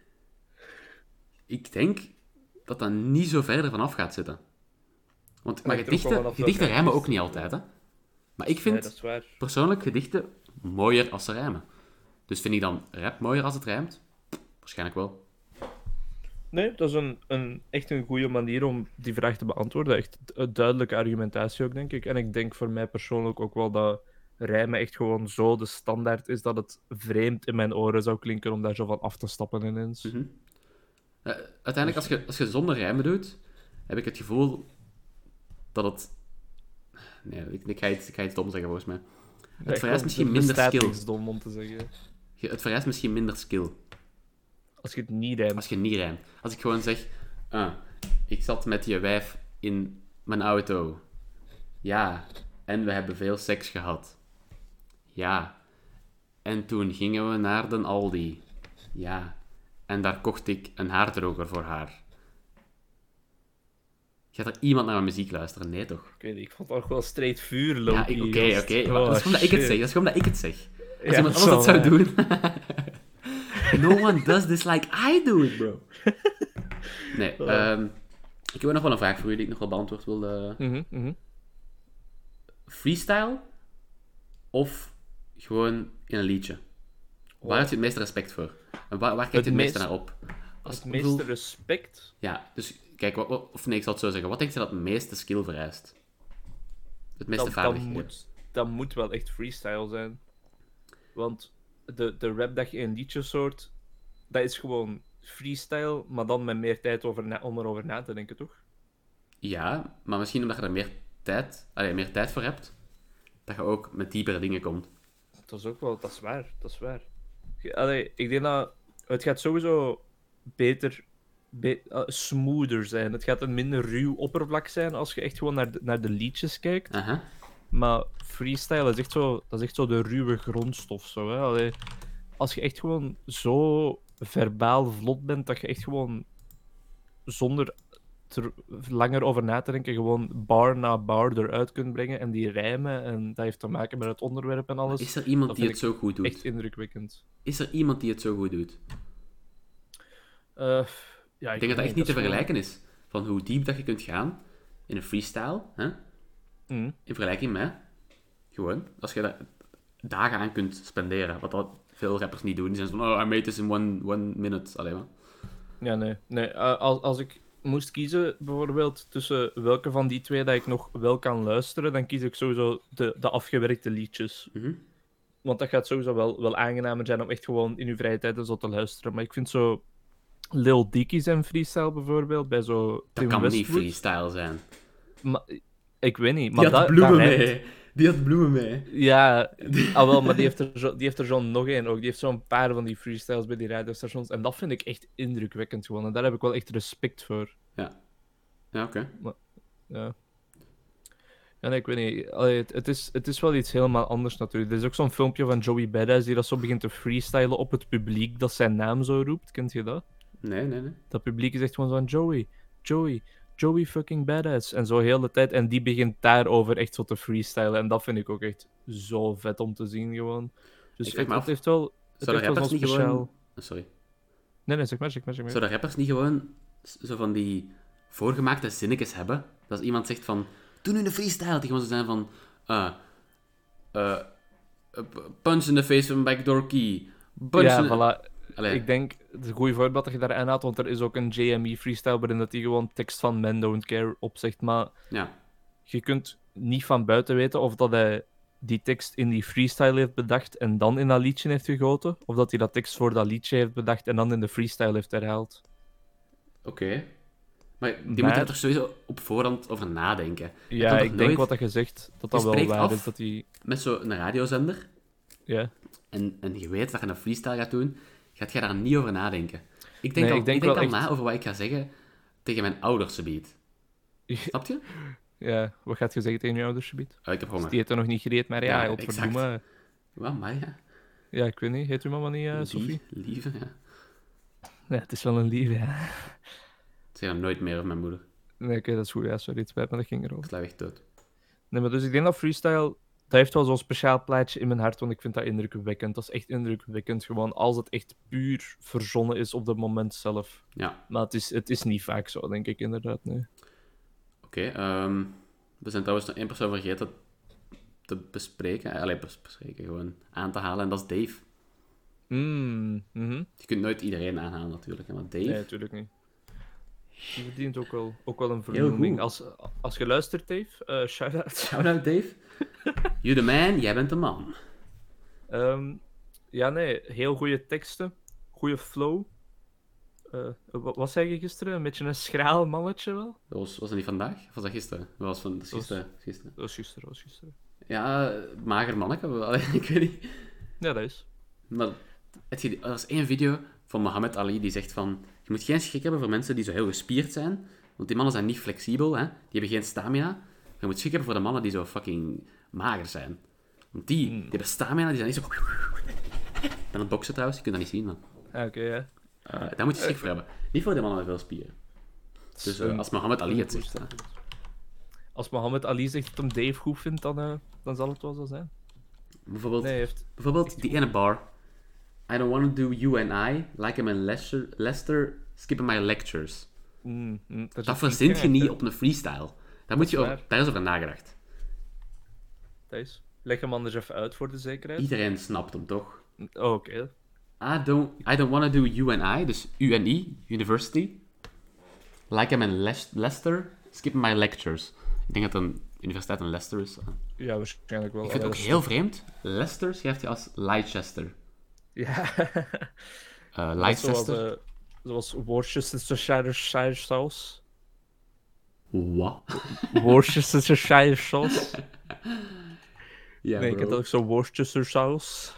ik denk dat dat niet zo verder vanaf gaat zitten. Want maar hangt er ook wel gedichten, vanaf gedichten welke rijmen ook artiest. niet altijd, hè. Maar ik vind Nee, dat is waar. persoonlijk gedichten mooier als ze rijmen. Dus vind ik dan rap mooier als het rijmt? Waarschijnlijk wel. Nee, dat is een, een, echt een goede manier om die vraag te beantwoorden. Echt een duidelijke argumentatie ook, denk ik. En ik denk voor mij persoonlijk ook wel dat rijmen echt gewoon zo de standaard is dat het vreemd in mijn oren zou klinken om daar zo van af te stappen ineens. Mhm. Uh, uiteindelijk, Dus- als je, als je zonder rijmen doet, heb ik het gevoel dat het... Nee, ik, ik, ga iets, ik ga iets dom zeggen, volgens mij. Het Ja, vereist ik- misschien er minder bestaat skill. niks dom om te zeggen. Je- Het vereist misschien minder skill. Als je het niet rijmt. Als je niet rijmt. Als ik gewoon zeg... Ah, ik zat met je wijf in mijn auto. Ja. En we hebben veel seks gehad. Ja. En toen gingen we naar de Aldi. Ja. En daar kocht ik een haardroger voor haar. Gaat er iemand naar mijn muziek luisteren? Nee, toch? Ik weet niet, ik vond het ook wel straight vuur Ja, lopen. ik- oké, oké. Maar dat is gewoon dat ik het zeg. Dat is gewoon dat ik het zeg. Als Ja, iemand dat anders is dat wel zou doen... No one does this like I do it, bro. Nee, ehm, ik heb ook nog wel een vraag voor u die ik nog wel beantwoord wilde. Mhm, mhm. Freestyle of gewoon in een liedje? Waar heb je het meeste respect voor? En waar, waar kijk je Het het meeste meest- naar op? Als, Het ik meeste bedoel- respect. Ja, dus kijk, wat, wat- of nee, ik zal het zo zeggen. Wat denk je dat het meeste skill vereist? Het meeste Dat, dat, vaardigheden? moet, dat moet wel echt freestyle zijn. Want de, de rap dat je in liedjes hoort, dat is gewoon freestyle, maar dan met meer tijd over na- om erover na te denken, toch? Ja, maar misschien omdat je er meer tijd, allee, meer tijd voor hebt, dat je ook met diepere dingen komt. Dat is ook wel, dat is waar, dat is waar. Je- Allee, ik denk dat het gaat sowieso beter, be- eh, smoother zijn. Het gaat een minder ruw oppervlak zijn als je echt gewoon naar de, naar de liedjes kijkt. Aha. Maar freestyle is echt zo, dat is echt zo de ruwe grondstof. Zo, hè? Allee, als je echt gewoon zo verbaal vlot bent, dat je echt gewoon zonder er langer over na te denken, gewoon bar na bar eruit kunt brengen en die rijmen. En dat heeft te maken met het onderwerp en alles. Is er iemand dat die vind het zo goed doet? Echt indrukwekkend. Is er iemand die het zo goed doet? Eh, ja, Ik denk dat dat echt niet te is gewoon- vergelijken is. Van hoe diep dat je kunt gaan in een freestyle, hè? Mhm. In vergelijking met gewoon, als je daar dagen aan kunt spenderen, wat dat veel rappers niet doen. Die zijn zo van, oh, I made this in one, one minute. Alleen maar. Ja, nee. nee. eh, als, als ik moest kiezen, bijvoorbeeld, tussen welke van die twee dat ik nog wel kan luisteren, dan kies ik sowieso de, de afgewerkte liedjes. Mhm. Want dat gaat sowieso wel, wel aangenamer zijn om echt gewoon in uw vrije tijd en zo te luisteren. Maar ik vind zo... Lil Dicky zijn freestyle bijvoorbeeld, bij zo Dat Tim kan niet Westwood. freestyle zijn. Maar, ik weet niet, maar Die had dat, bloemen dat rijmt. mee. Die had bloemen mee. Ja, ah, wel, maar die heeft er zo, die heeft er zo nog één ook. Die heeft zo'n paar van die freestyles bij die radiostations. En dat vind ik echt indrukwekkend gewoon. En daar heb ik wel echt respect voor. Ja, oké. Ja. Ja, nee, ik weet niet. Allee, het, het, is, het is wel iets helemaal anders natuurlijk. Er is ook zo'n filmpje van Joey Badass die dat zo begint te freestylen op het publiek dat zijn naam zo roept. Kent je dat? Nee, nee, nee. Dat publiek is echt gewoon zo van Joey, Joey, Joey fucking Badass. En zo heel de tijd. En die begint daarover echt zo te freestylen. En dat vind ik ook echt zo vet om te zien gewoon. Dus Ik vraag het, me het af, heeft wel... Het Zouden heeft wel rappers zo'n niet speciaal... gewoon... Oh, sorry. Nee, nee, zeg maar, zeg maar, zeg maar. Zouden rappers niet gewoon s- zo van die voorgemaakte zinnetjes hebben? Dat als iemand zegt van... Doe nu een freestyle. Die gewoon zo zijn van... ah, eh, eh, punch in the face van backdoor key. Punch Ja, in the- voilà. Allee, Ik denk, het is een goed voorbeeld dat je daar aanhaalt, want er is ook een J M E freestyle waarin dat hij gewoon tekst van Men Don't Care opzegt. Maar ja. je kunt niet van buiten weten of dat hij die tekst in die freestyle heeft bedacht en dan in dat liedje heeft gegoten, of dat hij dat tekst voor dat liedje heeft bedacht en dan in de freestyle heeft herhaald. Oké. Maar die Maar- moeten er toch sowieso op voorhand over nadenken. Ja, kan ik toch denk nooit- wat dat je zegt, dat Je dat wel spreekt waar af. is. Dat die... Met zo'n radiozender. Ja. En, en je weet dat je een freestyle gaat doen. Gaat je daar niet over nadenken. Ik denk Nee, al, ik denk ik denk wel al echt- na over wat ik ga zeggen tegen mijn ouders subiet. Snap je? Ja, wat gaat je zeggen tegen je ouders, Subiet? Oh, ik heb honger. Die heeft er nog niet gereed, maar ja, Ja, ja exact. Wat, Maya? Ja, ik weet niet. Heet uw mama niet, uh, Die Sophie? lieve, ja. Ja, het is wel een lieve, ja. Ik zeg dan nooit meer over mijn moeder. Nee, oké, dat is goed. Ja, sorry, het spijt me, dat ging Ik erover. sla echt dood. Nee, maar dus ik denk dat freestyle, dat heeft wel zo'n speciaal plaatje in mijn hart, want ik vind dat indrukwekkend. Dat is echt indrukwekkend, gewoon als het echt puur verzonnen is op het moment zelf. Ja, Maar het is, het is niet vaak zo, denk ik inderdaad, nee. oké. ehm, we zijn trouwens nog één persoon vergeten te bespreken. Alleen bes- bespreken, gewoon aan te halen. En dat is Dave. Mm, mhm. Je kunt nooit iedereen aanhalen natuurlijk, hè, maar Dave... Nee, natuurlijk niet. Die verdient ook wel, ook wel een vernoeming. goed. Als, als je luistert, Dave, uh, shout-out. Shout-out, Dave. You the man, jij bent de man. Um, ja, nee, heel goede teksten. Goede flow. Uh, wat, wat zei je gisteren? Een beetje een schraal mannetje wel? Dat was, was dat niet vandaag? Of was dat gisteren? Dat was van, dat is gisteren. Dat gisteren. was gisteren, dat was gisteren. Ja, mager manneke. Ik weet niet. Ja, dat is. Maar het, er was één video van Muhammad Ali die zegt van... Je moet geen schrik hebben voor mensen die zo heel gespierd zijn. Want die mannen zijn niet flexibel, hè. Die hebben geen stamina. Je moet schrik hebben voor de mannen die zo fucking mager zijn. Want die, die hebben stamina, die zijn niet zo... Ik ben aan het boksen trouwens, je kunt dat niet zien, man. Ah, oké, ja. Uh, daar moet je schrik voor hebben. Niet voor de mannen met veel spieren. Dus uh, als Muhammad Ali het zegt... Hè. Als Muhammad Ali zegt dat hem Dave goed vindt, dan, uh, dan zal het wel zo zijn. Bijvoorbeeld, nee, heeft... bijvoorbeeld die ene bar... I don't want to do you and I, like I'm in Leicester, Leicester skipping my lectures. Mm, mm, dat dat verzint je niet op een freestyle. Daar, moet je over, daar is over nagedacht. Dat is. Leg hem anders even uit voor de zekerheid. Iedereen snapt hem, toch? Oh, oké. Okay. I don't, I don't want to do you and I, dus U N I, University. Like I'm in Le- Leicester, skipping my lectures. Ik denk dat een universiteit in Leicester is. Ja, waarschijnlijk wel. Ik vind het ook heel vreemd. Leicester schrijft je als Leicester. Ja. uh, Leicester. Zoals, uh, zoals Worcestershire saus. Wat? Worcestershire saus. Ja, nee, bro. ik heb ook zo Worcestershire saus.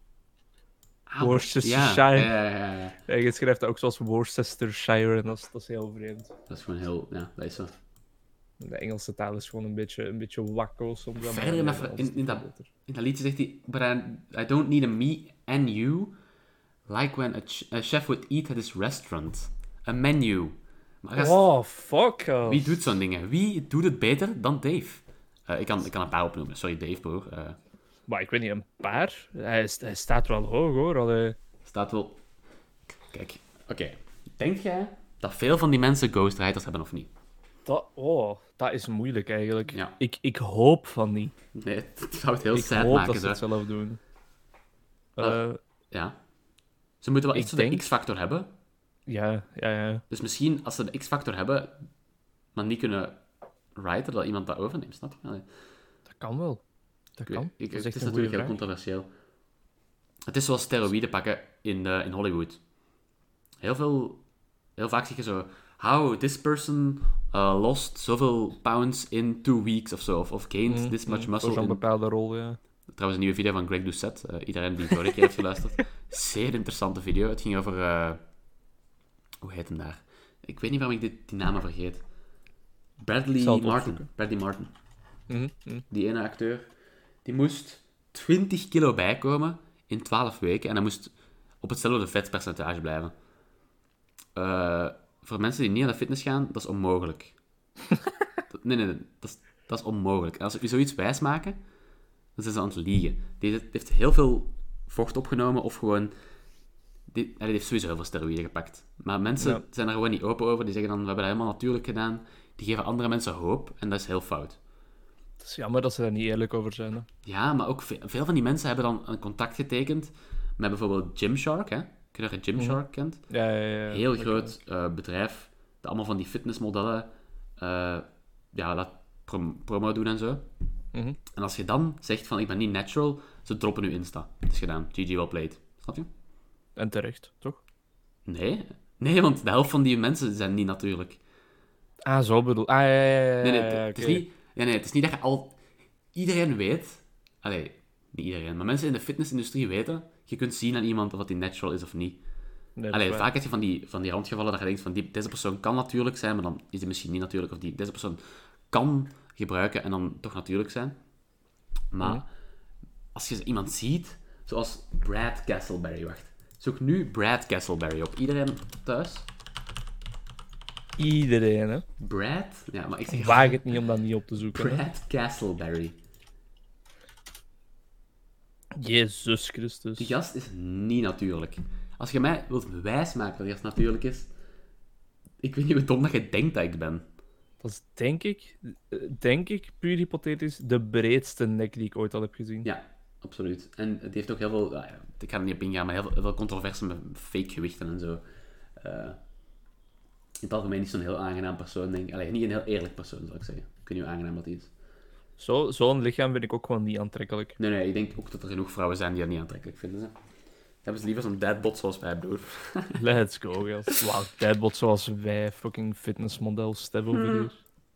Ah, Worcestershire. Ja, ja, ja, ja. Ja, je schrijft dat ook zoals Worcestershire en dat is, dat is heel vreemd. Dat is gewoon heel... Ja, dat is zo. De Engelse taal is gewoon een beetje, een beetje wakko soms. Verder in, dat, in, in, dat, in dat liedje zegt hij... But I, I don't need a me and you. Like when a, ch- a chef would eat at his restaurant. A menu. Maar als, oh, fuck off. Wie doet zo'n dingen? Wie doet het beter dan Dave? Uh, ik, kan, ik kan een paar opnoemen. Sorry, Dave, broer. Uh, maar ik weet niet, een paar? Hij, hij staat wel hoog, hoor. Allee. Staat wel... Kijk, oké. Okay. Denk jij dat veel van die mensen ghostwriters hebben of niet? Dat, oh, dat is moeilijk eigenlijk. Ja. Ik, ik hoop van niet. Nee, het zou het heel ik sad hoop maken. dat ze het zelf doen. Uh, uh, ja. Ze moeten wel ik iets van denk... de X-factor hebben. Ja, ja, ja. Dus misschien als ze de X-factor hebben, maar niet kunnen writen, dat iemand dat overneemt, snap je? Allee. Dat kan wel. Dat ik kan. Weet, ik, dat is het is een natuurlijk heel vraag. controversieel. Het is zoals steroïden pakken in, uh, in Hollywood. Heel veel... Heel vaak zeg je zo... How this person uh, lost zoveel pounds in two weeks of zo. Of, of gained mm, this much mm, muscle. Voor zo'n in... bepaalde rol, ja. Trouwens, een nieuwe video van Greg Doucette. Uh, iedereen die vorige keer heeft geluisterd. Zeer interessante video. Het ging over... Uh... Hoe heet hem daar? Ik weet niet waarom ik dit, die namen vergeet. Bradley Martin. Opzoeken. Bradley Martin. Mm-hmm, mm. Die ene acteur. Die moest twintig kilo bijkomen in twaalf weken. En hij moest op hetzelfde vetpercentage blijven. Uh, voor mensen die niet aan de fitness gaan, dat is onmogelijk. nee, nee, nee. Dat is, dat is onmogelijk. En als je zoiets wijsmaken, dan zijn ze aan het liegen. Die heeft heel veel vocht opgenomen of gewoon... Die, die heeft sowieso heel veel steroïden gepakt. Maar mensen ja. zijn er gewoon niet open over. Die zeggen dan, we hebben dat helemaal natuurlijk gedaan. Die geven andere mensen hoop. En dat is heel fout. Het is jammer dat ze daar niet eerlijk over zijn. Hè? Ja, maar ook veel, veel van die mensen hebben dan een contact getekend met bijvoorbeeld Gymshark. Hè? Ik weet dat je Gymshark mm. kent. Ja, ja, ja. Heel groot uh, bedrijf. Dat allemaal van die fitnessmodellen uh, ja, laat prom- promo doen en zo. Mm-hmm. En als je dan zegt van, ik ben niet natural, ze droppen je Insta. Het is gedaan. G G well played. Snap je? En terecht, toch? Nee. Nee, want de helft van die mensen zijn niet natuurlijk. Ah, zo bedoel... Ah, ja, ja, ja. Nee, nee, ja, het, okay. is niet, ja, nee, het is niet dat je al... Iedereen weet... Allee, niet iedereen, maar mensen in de fitnessindustrie weten... Je kunt zien aan iemand of hij natural is of niet. Nee, Allee, vaak heb je van die, van die randgevallen dat je denkt van... Die, deze persoon kan natuurlijk zijn, maar dan is hij misschien niet natuurlijk. Of die, deze persoon kan gebruiken en dan toch natuurlijk zijn. Maar mm-hmm. als je iemand ziet... Zoals Brad Castleberry, wacht. Zoek nu Brad Castleberry op. Iedereen thuis? Iedereen, hè? Brad? Ja, maar ik zeg... Waag het niet om dat niet op te zoeken. Brad hè? Castleberry. Jezus Christus. Die gast is niet natuurlijk. Als je mij wilt wijsmaken dat die gast natuurlijk is... Ik weet niet hoe dom dat je denkt dat ik ben. Dat is, denk ik... Denk ik, puur hypothetisch, de breedste nek die ik ooit al heb gezien. Ja. Absoluut. En die heeft ook heel veel... Ja, ik ga er niet op ingaan, maar heel veel, heel veel controverse met fake gewichten en zo. Uh, in het algemeen niet zo'n heel aangenaam persoon, denk ik. Allee, niet een heel eerlijk persoon, zou ik zeggen. Ik weet niet hoe aangenaam dat is. Zo, zo'n lichaam vind ik ook gewoon niet aantrekkelijk. Nee, nee, ik denk ook dat er genoeg vrouwen zijn die dat niet aantrekkelijk vinden. Ze. Hebben ze liever zo'n deadbot zoals wij, broer. Let's go, gast. Wauw, tijdbot zoals wij, fucking fitnessmodel, Stef over hier.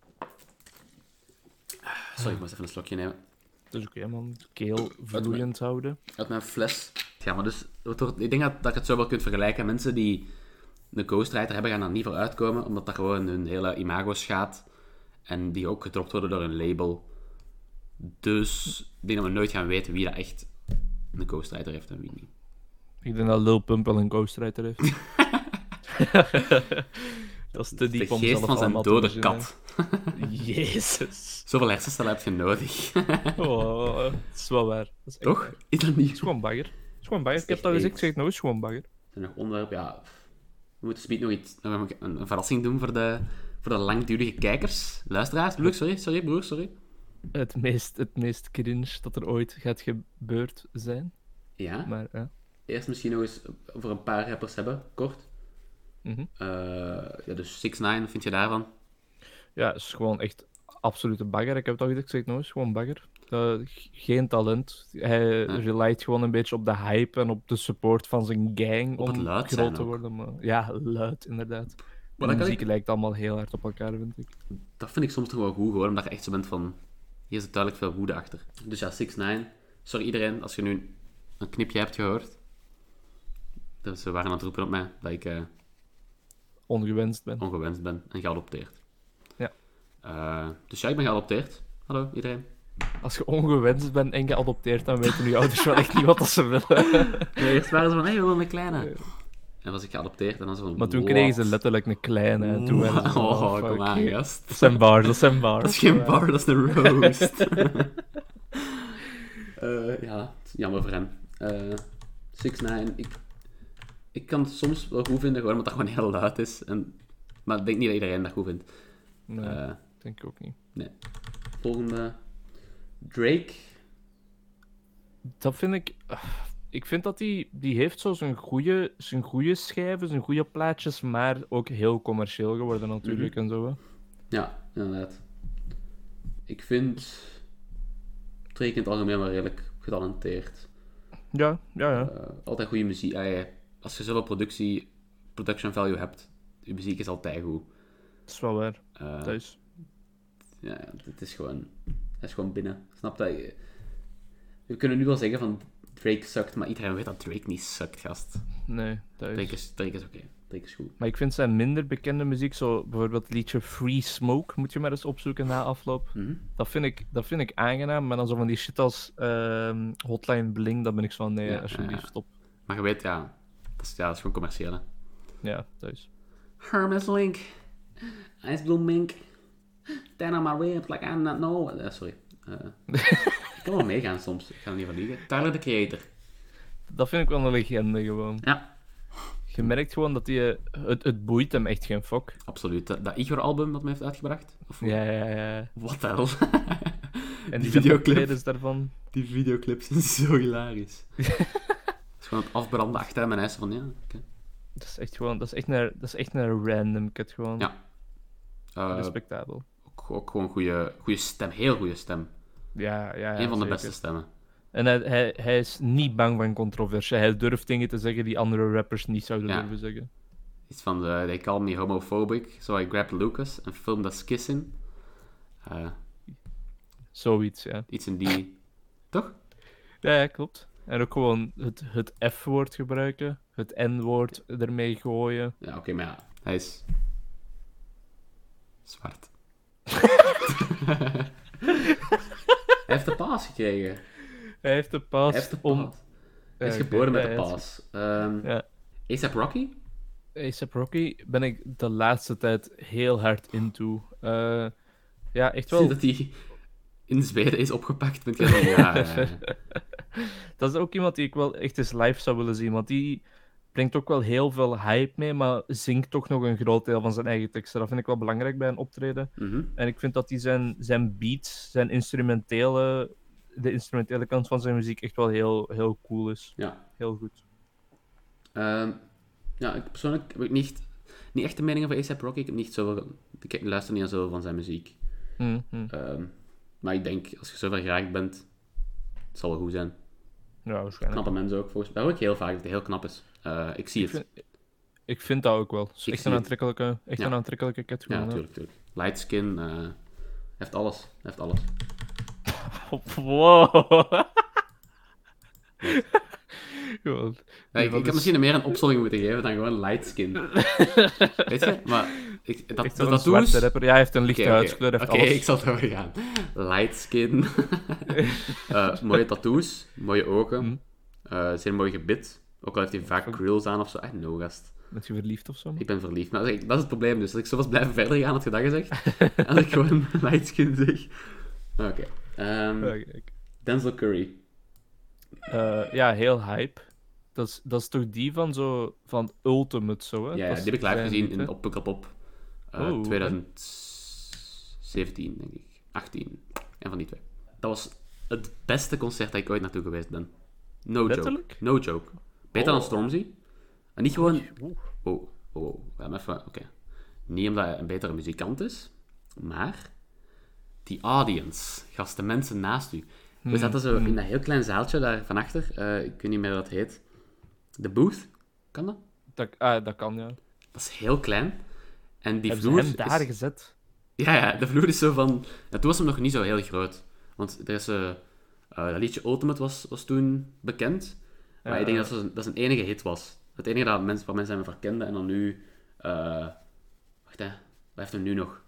Sorry, ik moest even een slokje nemen. Dat is oké, man. Keel vloeiend houden. Uit mijn fles. Ja, maar dus... Het wordt, ik denk dat, dat je het zo wel kunt vergelijken. Mensen die een ghostwriter hebben, gaan er niet voor uitkomen, omdat dat gewoon hun hele imago schaadt. En die ook gedropt worden door een label. Dus ik denk dat we nooit gaan weten wie dat echt een ghostwriter heeft en wie niet. Ik denk dat Lil Pump wel een ghostwriter heeft. Dat is te diep De om geest zelf van zijn allemaal te dode verzinnen. kat. Jezus. Zoveel hersencellen heb je nodig. Oh, dat is wel waar. Dat is echt Toch? waar. Is dat Het is niet? gewoon bagger. Het is gewoon bagger. Dat Ik is heb dat echt gezegd, ik zeg het nog eens, gewoon bagger. En nog onderwerp, ja... We moeten speed nog iets, nog een, een verrassing doen voor de, voor de langdurige kijkers. Luisteraars, bedoel ik, sorry, sorry, broer, sorry. Het meest, het meest cringe dat er ooit gaat gebeurd zijn. Ja, Maar ja. eerst misschien nog eens over een paar rappers hebben, kort. Mhm. Uh, ja, dus six nine, wat vind je daarvan? Ja, het is gewoon echt absolute bagger. Ik heb het al gezegd, ik zeg het nog eens, gewoon bagger. Uh, geen talent. Hij Ja. relied gewoon een beetje op de hype en op de support van zijn gang Op het om luid groot zijn te ook. worden. Maar... Ja, luid, inderdaad. Maar De dat kan muziek ik- lijkt allemaal heel hard op elkaar, vind ik. Dat vind ik soms toch wel goed, gewoon omdat je echt zo bent van... Hier zit duidelijk veel woede achter. Dus ja, six nine. Sorry iedereen, als je nu een knipje hebt gehoord. Dus ze waren aan het roepen op mij dat ik uh, Ongewenst ben. ongewenst ben en geadopteerd. Ja. Uh, dus ja, ik ben geadopteerd. Hallo iedereen. Als je ongewenst bent en geadopteerd, dan weten je ouders wel echt niet wat dat ze willen. Nee, eerst waren ze van, hé, hey, we willen een kleine. En was ik geadopteerd en dan zo van, Maar toen what? kregen ze letterlijk een kleine en toen werden ze van, Oh, oh, fuck. kom aan, gast. Dat zijn bars, dat zijn bars. Dat is geen bar, dat is een roast. uh, ja, jammer voor hem. Uh, six nine, ik, ik kan het soms wel goed vinden, gewoon omdat dat gewoon heel luid is. En, maar ik denk niet dat iedereen dat goed vindt. Nee, Uh, denk ik ook niet. nee. Volgende. Drake. Dat vind ik... Ik vind dat die... Die heeft zo zijn goede, zijn goede schijven, zijn goede plaatjes, maar ook heel commercieel geworden natuurlijk Mhm. en zo. Hè. Ja, inderdaad. Ik vind Drake in het algemeen wel redelijk getalenteerd. Ja, ja, ja. Uh, altijd goede muziek. Ah, ja, als je zoveel productie, production value hebt, je muziek is altijd goed. Dat is wel waar. Uh, Thuis. ja, ja, het is gewoon, het is gewoon binnen. Snap dat? We kunnen nu wel zeggen van Drake sukt, maar iedereen weet dat Drake niet sukt, gast. Nee, thuis. Drake is, Drake is oké. Okay. Drake is goed. Maar ik vind zijn minder bekende muziek, zo bijvoorbeeld het liedje Free Smoke, moet je maar eens opzoeken na afloop. Mm-hmm. Dat vind ik, dat vind ik aangenaam, maar dan zo van die shit als uh, Hotline Bling, dan ben ik zo van, nee, Ja, alsjeblieft, ja, ja. stop. Maar je weet, ja, dat is, ja, dat is gewoon commercieel, hè. Ja, thuis. Hermes Link. Ice Bloom Mink. Ten on my ribs like I'm not know. Uh, sorry. Uh, ik kan wel meegaan soms. Ik ga er niet van liegen. Tyler, the Creator. Dat vind ik wel een legende gewoon. Ja. Je merkt gewoon dat hij... Het, het boeit hem echt geen fok. Absoluut. Dat, dat Igor-album dat me heeft uitgebracht? Of Ja, ja, ja. Wat de hel? En die die videoclip. videoclips daarvan. Die videoclips zijn zo hilarisch. Het is gewoon het afbranden achter hem en hij is van, ja, oké. Okay. Dat is echt gewoon... Dat is echt een, dat is echt een random cut gewoon. Ja. Uh, Respectabel. Ook, ook gewoon goede, goede stem. Heel goede stem. Ja, ja, ja. Een van de zeker. beste stemmen. En hij, hij, hij is niet bang van controversie. Hij durft dingen te zeggen die andere rappers niet zouden Ja. durven zeggen. Iets van, uh, they call me homophobic, so I grabbed Lucas and filmed us kissing. Uh, Zoiets, ja. iets in die... Toch? Ja, ja, klopt. En ook gewoon het, het F-woord gebruiken. Het N-woord ermee gooien. Ja, oké, okay, maar ja. Hij is... zwart. Hij heeft de paas gekregen. Hij heeft de pas Hij heeft de om... paas. Hij is Ja, geboren oké, met ja, de ja, paas. Um, Ja. A$AP Rocky? A$AP Rocky ben ik de laatste tijd heel hard into. Uh, ja, echt Zie wel. je dat hij in Zweden is opgepakt met geen... Ja, ja, ja. Dat is ook iemand die ik wel echt eens live zou willen zien, want die brengt ook wel heel veel hype mee, maar zingt toch nog een groot deel van zijn eigen teksten. Dat vind ik wel belangrijk bij een optreden. Mm-hmm. En ik vind dat hij zijn, zijn beats, zijn instrumentele, de instrumentele kant van zijn muziek echt wel heel, heel cool is. Ja. Heel goed. Um, ja, ik persoonlijk heb ik niet... niet echt de mening over A$AP Rocky. Ik, heb niet zoveel, ik luister niet aan zoveel van zijn muziek. Mm, mm. Um, maar ik denk, als je zover geraakt bent, het zal wel goed zijn. Ja, waarschijnlijk. Knappe mensen ook, volgens mij. Dat hoor ik heel vaak, dat hij heel knap is. Uh, ik zie ik het. Vind, ik vind dat ook wel. Het is Ik echt zie een het. aantrekkelijke, echt Ja. een aantrekkelijke categorie. Ja, natuurlijk, natuurlijk. Light skin, uh, hij heeft alles. Hij heeft alles. Wow. Gewoon, Ja, ik, ik is... had misschien meer een opzomming moeten geven dan gewoon light skin. Weet je? Maar ik, dat, echt de een tattoos... zwarte rapper. Ja, hij heeft een lichte Oké, oké. huidskleur, heeft Oké, alles. ik zal het overgaan. Light skin. uh, mooie tattoos, mooie ogen. Hm. Uh, zeer mooi gebit. Ook al heeft hij vaak grills aan of zo. Ah, no, gast. Bent je verliefd of zo? Ik ben verliefd. Maar dat is het probleem dus. Als ik zo was blijven verder gaan, had je dat gezegd. Als ik gewoon light skin zeg. Oké. Okay. Um, Ja, kijk. Denzel Curry. Uh, ja, heel hype. Dat is, dat is toch die van zo van Ultimate zo, hè? Ja, ja Dat die heb ik live zijn gezien niet, in, hè? op Pukkelpop. Uh, Oh, twintig zeventien, denk ik. achttien. Een van die twee. Dat was het beste concert dat ik ooit naartoe geweest ben. No Letterlijk? joke. No joke. Beter Oh. dan Stormzy. En niet gewoon... Oeh. Oh, oh, oh. Laat me even... Oké. Okay. Niet omdat hij een betere muzikant is, maar... Die audience. Gast, de mensen naast u. We zaten zo in dat heel klein zaaltje daar van achter. Uh, ik weet niet meer wat het heet. De booth. Kan dat? Dat, ah, dat kan, ja. Dat is heel klein. En die Hebben vloer ze hem daar is... gezet? Ja, ja, de vloer is zo van... Ja, toen was hem nog niet zo heel groot. Want er is... Uh, uh, dat liedje Ultimate was, was toen bekend. Maar Ja, ik denk ja. dat het dat zijn enige hit was. Het enige dat mensen, waar mensen hem voor kenden. En dan nu... Uh, wacht, hè. Wat heeft hem nu nog?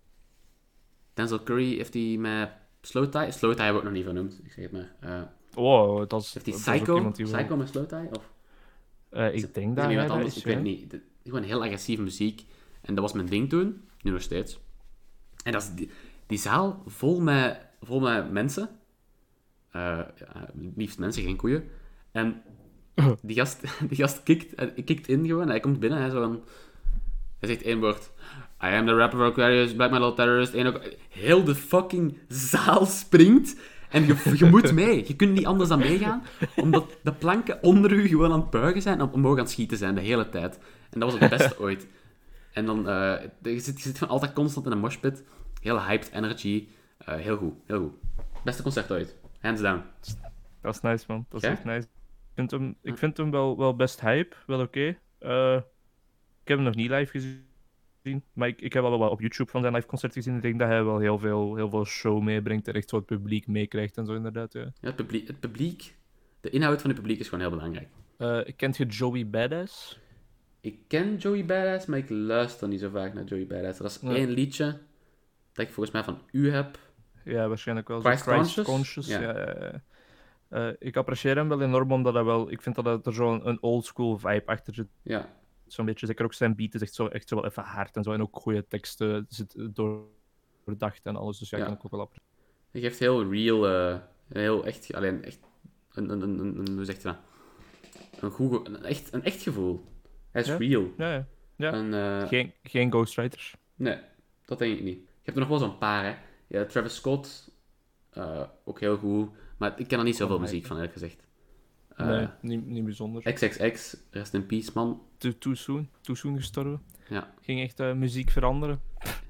Denzel Curry heeft hij met Slow Tie... Slow Tie hebben we ook nog niet vernoemd. Ik zeg het maar. Uh, Wow, dat is... heeft hij dat is ook Psycho? iemand die wel- Psycho met Slow Tie? Of... Uh, Is ik het- denk is dat er hij iemand dat anders? is, Ik weet ja. het niet. De- Gewoon heel agressieve muziek. En dat was mijn ding toen. Nu nog steeds. En dat is die, die zaal vol met, vol met mensen. Uh, ja, liefst mensen, geen koeien. En die gast, die gast kikt, eh, kikt in gewoon. Hij komt binnen. Hij, zo van, hij zegt één woord. I am the rapper of Aquarius, black metal terrorist. En ook, heel de fucking zaal springt. En je, je moet mee. Je kunt niet anders dan meegaan. Omdat de planken onder u gewoon aan het buigen zijn en omhoog aan het schieten zijn de hele tijd. En dat was het beste ooit. En dan, uh, je zit, je zit gewoon altijd constant in een moshpit. Heel hyped, energy. Uh, heel goed, heel goed. Beste concert ooit. Hands down. Dat is nice, man. Dat is Ja? echt nice. Ik vind hem, ik vind hem wel, wel best hype. Wel oké. Eh, ik heb hem nog niet live gezien. Maar ik, ik heb al wel wat op YouTube van zijn live concert gezien. Ik denk dat hij wel heel veel, heel veel show meebrengt. En echt zo het publiek meekrijgt en zo, inderdaad. Ja. Ja, het, publiek, het publiek, de inhoud van het publiek is gewoon heel belangrijk. Uh, kent je Joey Badass? Ik ken Joey Badass, maar ik luister niet zo vaak naar Joey Badass. Dat is Ja. één liedje dat ik volgens mij van u heb. Ja, waarschijnlijk wel. Christ Zo Christ Conscious? Conscious. Ja. Ja. Ja, ja. Uh, ik apprecieer hem wel enorm, omdat hij wel... Ik vind dat er zo'n een oldschool vibe achter zit. Ja, Zo'n beetje, zeker ook zijn beat is echt zo, echt zo wel even hard en zo. En ook goede teksten, zit doordacht en alles. Dus ja, Ja. kan ik ook wel appreciëren. hij geeft heel real, uh, heel echt, alleen echt, een, een, een, een, een- hoe zeg je dat? Een, goed, ge- een, echt, een echt gevoel. Hij is Ja. real. Ja, ja. Ja. En, uh, Geen, geen ghostwriters. Nee, dat denk ik niet. Je hebt er nog wel zo'n paar, hè. Ja, Travis Scott, uh, ook heel goed. Maar ik ken er niet zoveel Oh, muziek my. van, eerlijk gezegd. Uh, nee, niet, niet bijzonder. X X X, rest in peace, man. Too, too soon. Too soon gestorven. Ja, Ging echt uh, muziek veranderen.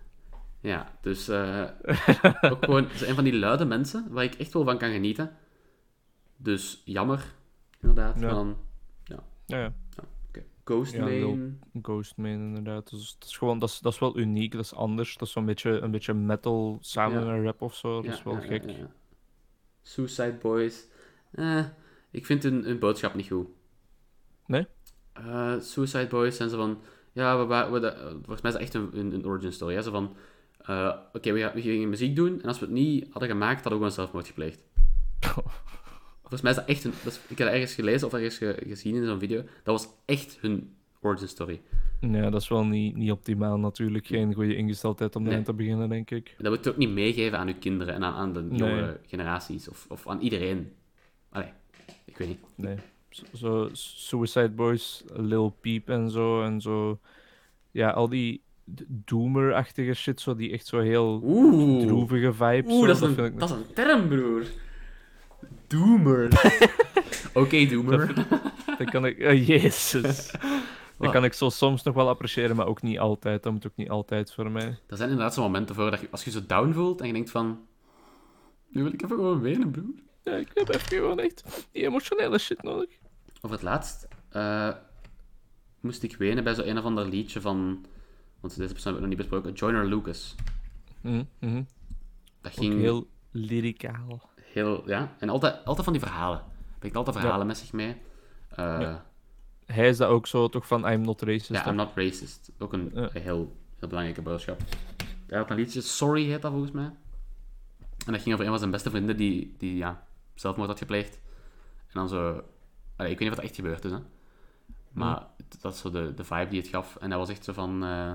ja dus uh, ook gewoon zo een van die luide mensen waar ik echt wel van kan genieten. Dus jammer, inderdaad. Ja. Maar dan, Ja, ja. okay. Ghost Ja, Main. Ghostman inderdaad. Dus dat is gewoon, dat is, dat is wel uniek, dat is anders. Dat is zo'n beetje, een beetje metal samen Ja. met rap of zo. Dat Ja, is wel ja, gek. ja, ja. Suicide Boys. Eh, ik vind hun, hun boodschap niet goed. Nee? Uh, Suicide Boys zijn zo van... Ja, we, we, we, de- volgens mij is dat echt een, een, een origin story. Hè? Zo van... uh, Oké, we, gaan- we gingen muziek doen en als we het niet hadden gemaakt, hadden we gewoon zelfmoord gepleegd. Volgens mij is dat echt een... Dat is- ik heb dat ergens gelezen of ergens ge- gezien in zo'n video. Dat was echt hun origin story. Ja, dat is wel niet, niet optimaal natuurlijk. Geen goede ingesteldheid om Nee. daarin te beginnen, denk ik. En dat moet je ook niet meegeven aan uw kinderen en aan, aan de jonge Nee. generaties. Of, of aan iedereen. Allee, ik weet niet. Nee. Zo, zo Suicide Boys, Lil Peep en zo. En zo. Ja, al die d- doomer-achtige shit, zo, die echt zo heel Oeh. droevige vibes. Oeh, zo, dat is, vind een, ik- dat is een term, broer. Doomer. Oké, Doomer. Dan kan ik... Oh, jezus. Wacht, Dat kan ik zo soms nog wel appreciëren, maar ook niet altijd. Dat moet ook niet altijd voor mij. Er zijn inderdaad zo'n momenten voor dat je, als je zo down voelt en je denkt van... Nu wil ik even gewoon wenen, broer. Ja, ik heb even gewoon echt die emotionele shit nodig. Over het laatst uh, moest ik wenen bij zo'n een of ander liedje van... Want deze persoon heb ik nog niet besproken. Joyner Lucas. Mm -hmm. Dat ging... Ook heel lyricaal. Heel, ja. En altijd, altijd van die verhalen. Brengt altijd verhalen ja. met zich mee. Uh, ja. Hij is dat ook zo, toch, van I'm not racist? Ja, I'm not racist. Ook een, ja. een heel, heel belangrijke boodschap. Hij had een liedje, Sorry heet dat volgens mij. En dat ging over een van zijn beste vrienden die, die ja, zelfmoord had gepleegd. En dan zo... Allee, ik weet niet of dat echt gebeurd is, hè. Maar mm. dat is zo de, de vibe die het gaf. En dat was echt zo van... Uh,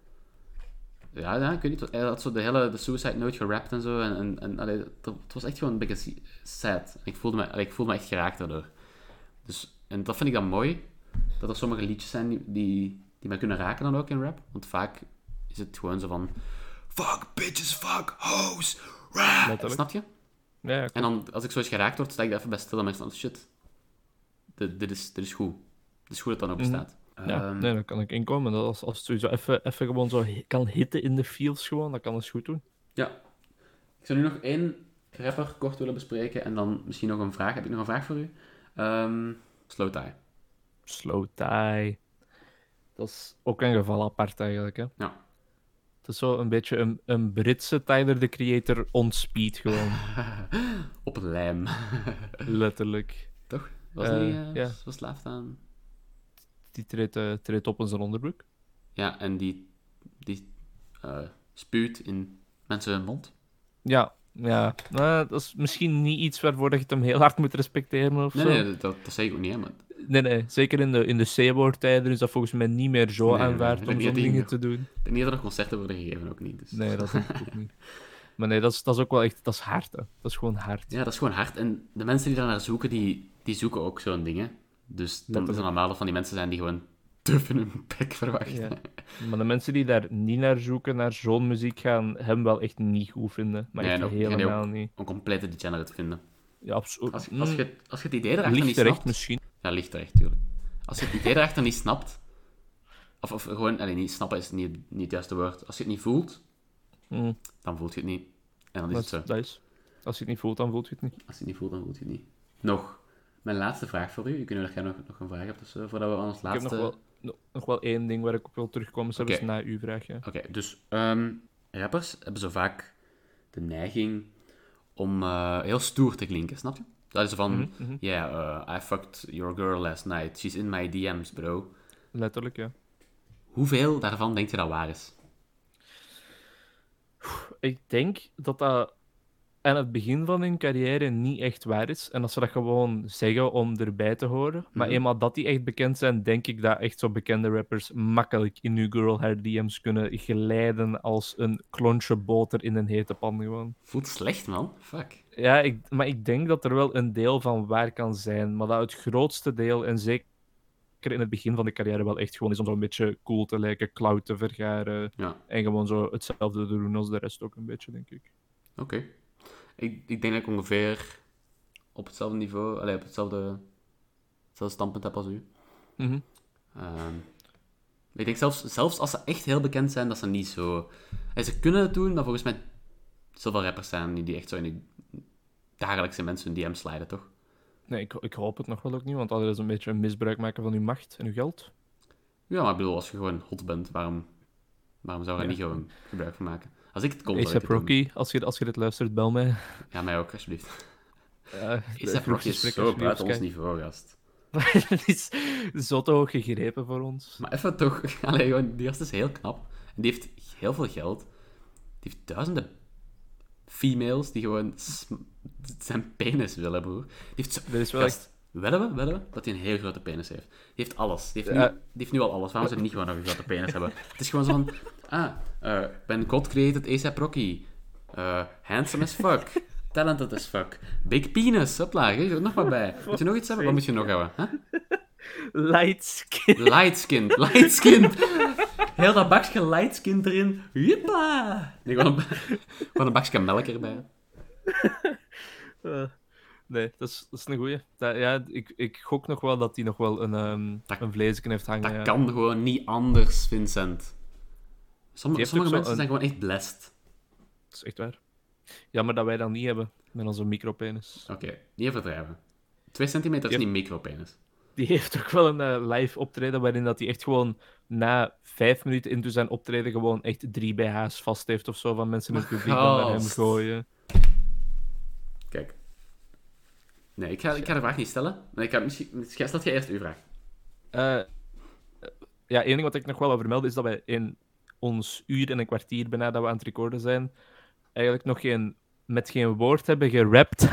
ja, ja, ik weet niet. Hij had zo de hele de Suicide Note gerapt en zo. En, en, en allee, het was echt gewoon een beetje sad. Ik voelde me, allee, ik voelde me echt geraakt daardoor. Dus, en dat vind ik dan mooi. Dat er sommige liedjes zijn die, die, die mij kunnen raken dan ook in rap. Want vaak is het gewoon zo van... Fuck bitches, fuck hoes, rap. Snap je? Ja, ja, en dan, als ik zo eens geraakt word, sta ik daar even bij stil en ben ik van... Shit, dit, dit, is, dit is goed. Dit is goed dat dat ook bestaat. Mm. Ja, um, nee, dan kan ik inkomen. Dat als, als het sowieso even, even gewoon zo kan hitten in de feels gewoon, dan kan het goed doen. Ja. Ik zou nu nog één rapper kort willen bespreken en dan misschien nog een vraag. Heb ik nog een vraag voor u? Um, Slowthai. Slowthai. Dat is ook een geval apart eigenlijk, hè? Ja. Het is zo een beetje een, een Britse Tyler, the Creator, on speed gewoon. Op lijm. Letterlijk. Toch? Was uh, niet uh, ja. verslaafd aan... Die treedt, uh, treedt op in zijn onderbroek. Ja, en die, die uh, spuwt in mensen hun mond. Ja, ja. Nou, dat is misschien niet iets waarvoor je het hem heel hard moet respecteren of nee, zo. Nee, dat, dat zeg ik ook niet, hè, maar... Nee, nee. Zeker in de, in de C-woord-tijden is dat volgens mij niet meer zo nee, aanvaard nee, om zo'n dingen nog, te doen. Ik denk niet dat er nog concerten worden gegeven, ook niet. Dus. Nee, dat denk ik ook niet. Maar nee, dat is, dat is ook wel echt... Dat is hard, hè. Dat is gewoon hard. Ja, dat is gewoon hard. En de mensen die daar naar zoeken, die, die zoeken ook zo'n dingen. Dus dan is het normaal dat van die mensen zijn die gewoon tuf in hun bek verwachten. Ja. Maar de mensen die daar niet naar zoeken, naar zo'n muziek gaan, hem wel echt niet goed vinden. Maar nee, echt helemaal ook niet. Een complete degenerate vinden. Ja, absoluut. Als, als, je, als je het idee erachter niet terecht, snapt... misschien. Ja, ligt terecht, tuurlijk. Als je het idee erachter niet snapt... Of, of gewoon... Allee, niet snappen is niet, niet het juiste woord. Als je het niet voelt, mm. dan voelt je het niet. En dan is dat, het zo. Dat is. Als je het niet voelt, dan voelt je het niet. Als je het niet voelt, dan voelt je het niet. Nog... Mijn laatste vraag voor u. Ik weet niet of jij nog, nog een vraag hebt, dus, uh, voordat we aan ons laatste... Ik heb nog wel, nog wel één ding waar ik op wil terugkomen, zelfs okay. na uw vraag. Ja. Oké, okay, dus um, rappers hebben zo vaak de neiging om uh, heel stoer te klinken, snap je? Dat is van, ja, mm-hmm. yeah, uh, I fucked your girl last night, she's in my D M's, bro. Letterlijk, ja. Hoeveel daarvan denk je dat waar is? Ik denk dat dat aan het begin van hun carrière niet echt waar is. En dat ze dat gewoon zeggen om erbij te horen. Mm-hmm. Maar eenmaal dat die echt bekend zijn, denk ik dat echt zo bekende rappers makkelijk in New Girl haar D M's kunnen glijden als een klontje boter in een hete pan gewoon. Voelt slecht, man. Fuck. Ja, ik, maar ik denk dat er wel een deel van waar kan zijn. Maar dat het grootste deel, en zeker in het begin van de carrière, wel echt gewoon is om zo een beetje cool te lijken, clout te vergaren. Ja. En gewoon zo hetzelfde te doen als de rest ook een beetje, denk ik. Oké. Okay. Ik, ik denk dat ik ongeveer op hetzelfde niveau, allee, op hetzelfde, hetzelfde standpunt heb als u. Mm-hmm. Um, ik denk zelfs, zelfs als ze echt heel bekend zijn, dat ze niet zo... En ze kunnen het doen, maar volgens mij zoveel rappers zijn die echt zo in de dagelijkse mensen hun D M sliden, toch? Nee, ik, ik hoop het nog wel ook niet, want dat is een beetje een misbruik maken van uw macht en uw geld. Ja, maar ik bedoel, als je gewoon hot bent, waarom, waarom zou je er ja. niet gewoon gebruik van maken? Als ik het kon, A$AP Rocky, als je, als je dit luistert, bel mij. Ja, mij ook, alsjeblieft. Uh, A$AP Rocky is zo buiten ons niveau, gast. Het is zo te hoog gegrepen voor ons. Maar even toch, allee, gewoon, die gast is heel knap. En die heeft heel veel geld. Die heeft duizenden females die gewoon sm- zijn penis willen, broer. Die heeft zo... Dat is wel gast, echt... Wedden we, wedden we dat hij een heel grote penis heeft. Die heeft alles. Die heeft, ja. nu, die heeft nu al alles. Waarom zou hij niet gewoon nog een grote penis hebben? Het is gewoon zo van... Ah, uh, ben God-created A$AP Rocky. Uh, handsome as fuck. Talented as fuck. Big penis. Hopla, geef er nog maar bij. Moet je nog iets hebben? Wat moet je nog hebben? Huh? Light-skinned. Light-skinned. Light-skinned. Heel dat bakje light-skinned erin. Jippa. Nee, gewoon een, gewoon een bakje melk erbij. Uh. Nee, dat is, dat is een goeie. Dat, ja, ik, ik gok nog wel dat hij nog wel een, um, Dat- een vleesje heeft hangen. Dat ja. kan gewoon niet anders, Vincent. Sommige, heeft sommige ook zo mensen een- zijn gewoon echt blessed. Dat is echt waar. Jammer dat wij dat niet hebben met onze micropenis. Oké, niet overdrijven. Twee centimeter is Die niet micropenis. Die heeft ook wel een eh, live optreden waarin dat hij echt gewoon na vijf minuten into zijn optreden gewoon echt drie B H's vast heeft of zo van mensen in het Maar publiek dan naar hem gast. gooien. Kijk. Nee, ik ga, ik ga de vraag niet stellen. Maar ik ga, misschien, stelt jij eerst uw vraag. Eh, ja, één ding wat ik nog wel wil vermelden is dat wij in ons uur en een kwartier bijna dat we aan het recorden zijn, eigenlijk nog geen, met geen woord hebben gerapt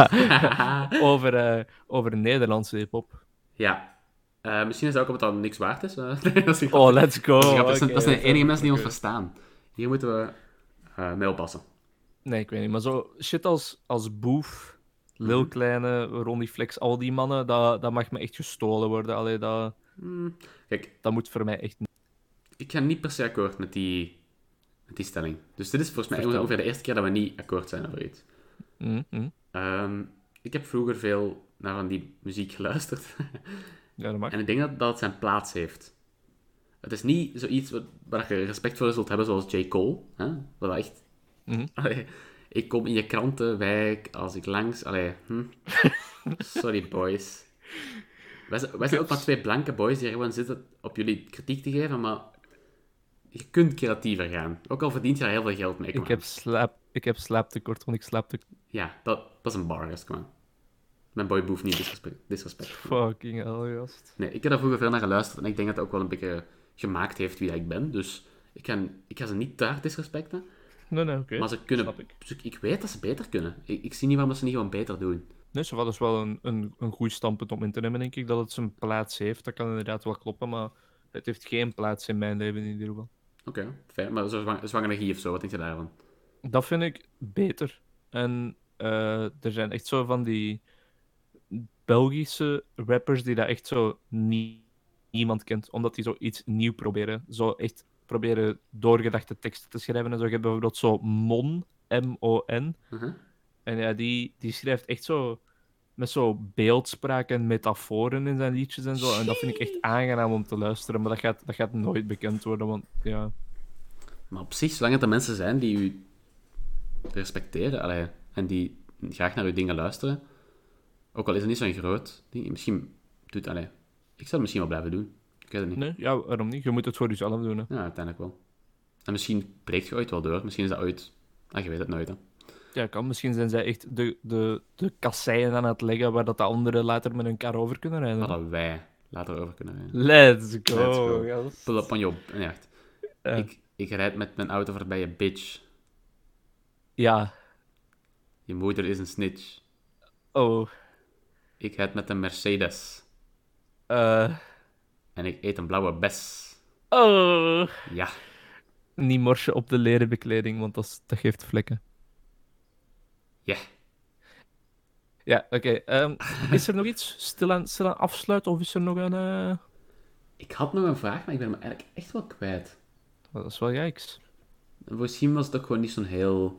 over, eh, over Nederlandse hip-hop. Ja. Uh, misschien is het ook omdat dat niks waard is. Uh, dat is Oh, let's go. Dat, is dat, zijn, Okay, dat zijn de enige mensen die ons oké. verstaan. Hier moeten we uh, mee oppassen. Nee, ik weet niet. Maar zo shit als, als Boef, Lil Mhm. Kleine, Ronnie Flex, al die mannen, dat, dat mag me echt gestolen worden. Allee, dat, Hmm. Kijk, dat moet voor mij echt niet. ik ga niet per se akkoord met die, met die stelling. Dus dit is volgens mij Vertel. ongeveer de eerste keer dat we niet akkoord zijn over iets. Mm, mm. Um, ik heb vroeger veel naar van die muziek geluisterd. Ja, dat mag. En ik denk dat, dat het zijn plaats heeft. Het is niet zoiets wat, waar je respect voor zult hebben, zoals J. Cole. Hè? Wat dat echt... Mhm. Allee, ik kom in je krantenwijk als ik langs... Allee, hm. Sorry, boys. Wij zijn, wij zijn ook maar twee blanke boys die er gewoon zitten op jullie kritiek te geven, maar je kunt creatiever gaan. Ook al verdient je daar heel veel geld mee. Kom Ik aan. heb, slaap, ik heb slaaptekort, want ik slaap te... Ja, dat, dat is een bar, gast. Kom aan. Mijn boy Boef niet disrespect. disrespect. Fucking hell, gast. Nee, ik heb daar vroeger veel naar geluisterd en ik denk dat het ook wel een beetje gemaakt heeft wie dat ik ben. Dus ik ga, ik ga ze niet te hard disrespecten. Nee, nee, oké. Maar ze kunnen... Snap ik. Ik. ik weet dat ze beter kunnen. Ik, ik zie niet waarom ze niet gewoon beter doen. Nee, zo, dat is wel een, een, een goed standpunt om in te nemen, denk ik. Dat het zijn plaats heeft, dat kan inderdaad wel kloppen, maar het heeft geen plaats in mijn leven in ieder geval. Oké, okay, fijn. Maar zo zwang, zwangenergie of zo, wat denk je daarvan? Dat vind ik beter. En uh, er zijn echt zo van die Belgische rappers die dat echt zo nie- niemand kent, omdat die zo iets nieuw proberen. Zo echt proberen doorgedachte teksten te schrijven en zo. Je hebt bijvoorbeeld zo Mon, M O N. Uh-huh. En ja, die, die schrijft echt zo met zo beeldspraak en metaforen in zijn liedjes en zo. En dat vind ik echt aangenaam om te luisteren, maar dat gaat, dat gaat nooit bekend worden, want ja... Maar op zich, zolang het er mensen zijn die u respecteren allee, en die graag naar uw dingen luisteren, ook al is het niet zo'n groot ding, misschien doet allee, ik zou het misschien wel blijven doen. Ik weet het niet. Nee, ja, waarom niet? Je moet het voor jezelf doen, hè. Ja, uiteindelijk wel. En misschien breekt je ooit wel door. Misschien is dat ooit... Ah, je weet het nooit, hè. Ja, kan. Misschien zijn zij echt de, de, de kasseien aan het leggen waar dat de anderen later met hun kar over kunnen rijden. Waar dat wij later over kunnen rijden. Let's go, Let's go. gast. Pull up on your... Nee, echt. Ja. Ik, ik rijd met mijn auto voorbij je bitch. Ja. Je moeder is een snitch. Oh. Ik rijd met een Mercedes. Eh. En ik eet een blauwe bes. Oh. Ja. Niet morsen op de leren bekleding, want dat, is- dat geeft vlekken. Ja. Ja, oké. Ehm, is er nog iets? Stil aan, stil aan afsluiten, of is er nog een... eh, Ik had nog een vraag, maar ik ben hem eigenlijk echt wel kwijt. Dat is wel jijks. Misschien was het ook gewoon niet zo'n heel...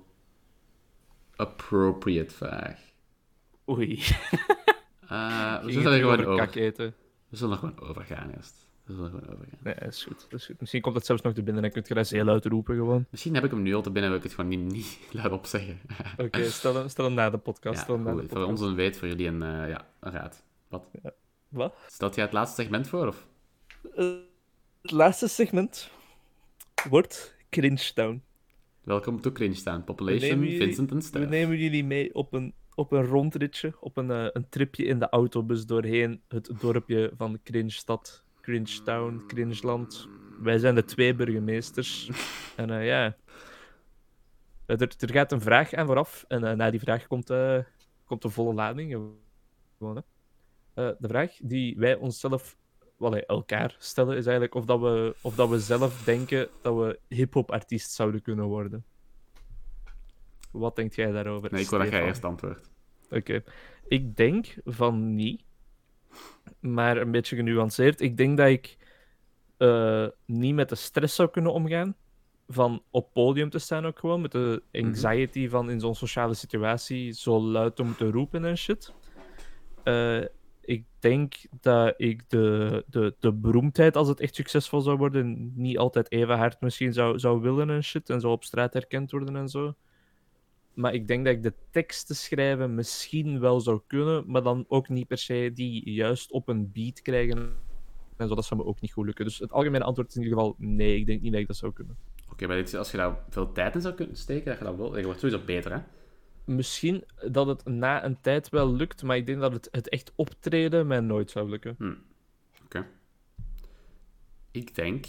appropriate vraag. Oei. Uh, we Ging zullen het er gewoon over over... kak eten? We zullen er gewoon overgaan, gast. We zullen er gewoon overgaan. Nee, dat is goed. Dat is goed. Misschien komt het zelfs nog te binnen en kun je dat heel uitroepen gewoon. Misschien heb ik hem nu al te binnen, wil ik het gewoon niet, niet luidop zeggen. Oké, stel, hem- stel hem na de podcast. Ja, stel hem na goed, de voor podcast. ons een weet, voor jullie een, uh, ja, een raad. Wat? Wat? Stelt jij het laatste segment voor? Of? Uh, het laatste segment wordt Cringe Town. Welkom to Cringe Town. We Population, nemen jullie- Vincent en We Stef. nemen jullie mee op een, op een rondritje, op een, uh, een tripje in de autobus doorheen het dorpje van Cringestad, Cringe Town, Cringeland. Wij zijn de twee burgemeesters. En uh, ja, er, er gaat een vraag aan vooraf. En uh, na die vraag komt, uh, komt de volle lading. Gewoon, hè. Uh, de vraag die wij onszelf, wel, hey, elkaar stellen, is eigenlijk of, dat we, of dat we zelf denken dat we hip-hop artiest zouden kunnen worden. Wat denkt jij daarover? Nee, ik wil dat jij Stefan? eerst antwoordt. Oké. Ik denk van niet. Maar een beetje genuanceerd. Ik denk dat ik uh, niet met de stress zou kunnen omgaan. van op podium te staan ook gewoon, met de Mhm. anxiety van in zo'n sociale situatie zo luid te moeten roepen en shit. Eh, ik denk dat ik de, de, de beroemdheid, als het echt succesvol zou worden, niet altijd even hard misschien zou, zou willen en shit, en zo op straat herkend worden en zo. Maar ik denk dat ik de teksten schrijven misschien wel zou kunnen, maar dan ook niet per se die juist op een beat krijgen. En zo, dat zou me ook niet goed lukken. Dus het algemene antwoord is in ieder geval nee, ik denk niet dat ik dat zou kunnen. Oké, okay, maar dit, als je daar veel tijd in zou kunnen steken, dat je dat wel... Je wordt sowieso beter, hè? Misschien dat het na een tijd wel lukt, maar ik denk dat het, het echt optreden mij nooit zou lukken. Hm. Oké. Okay. Ik denk...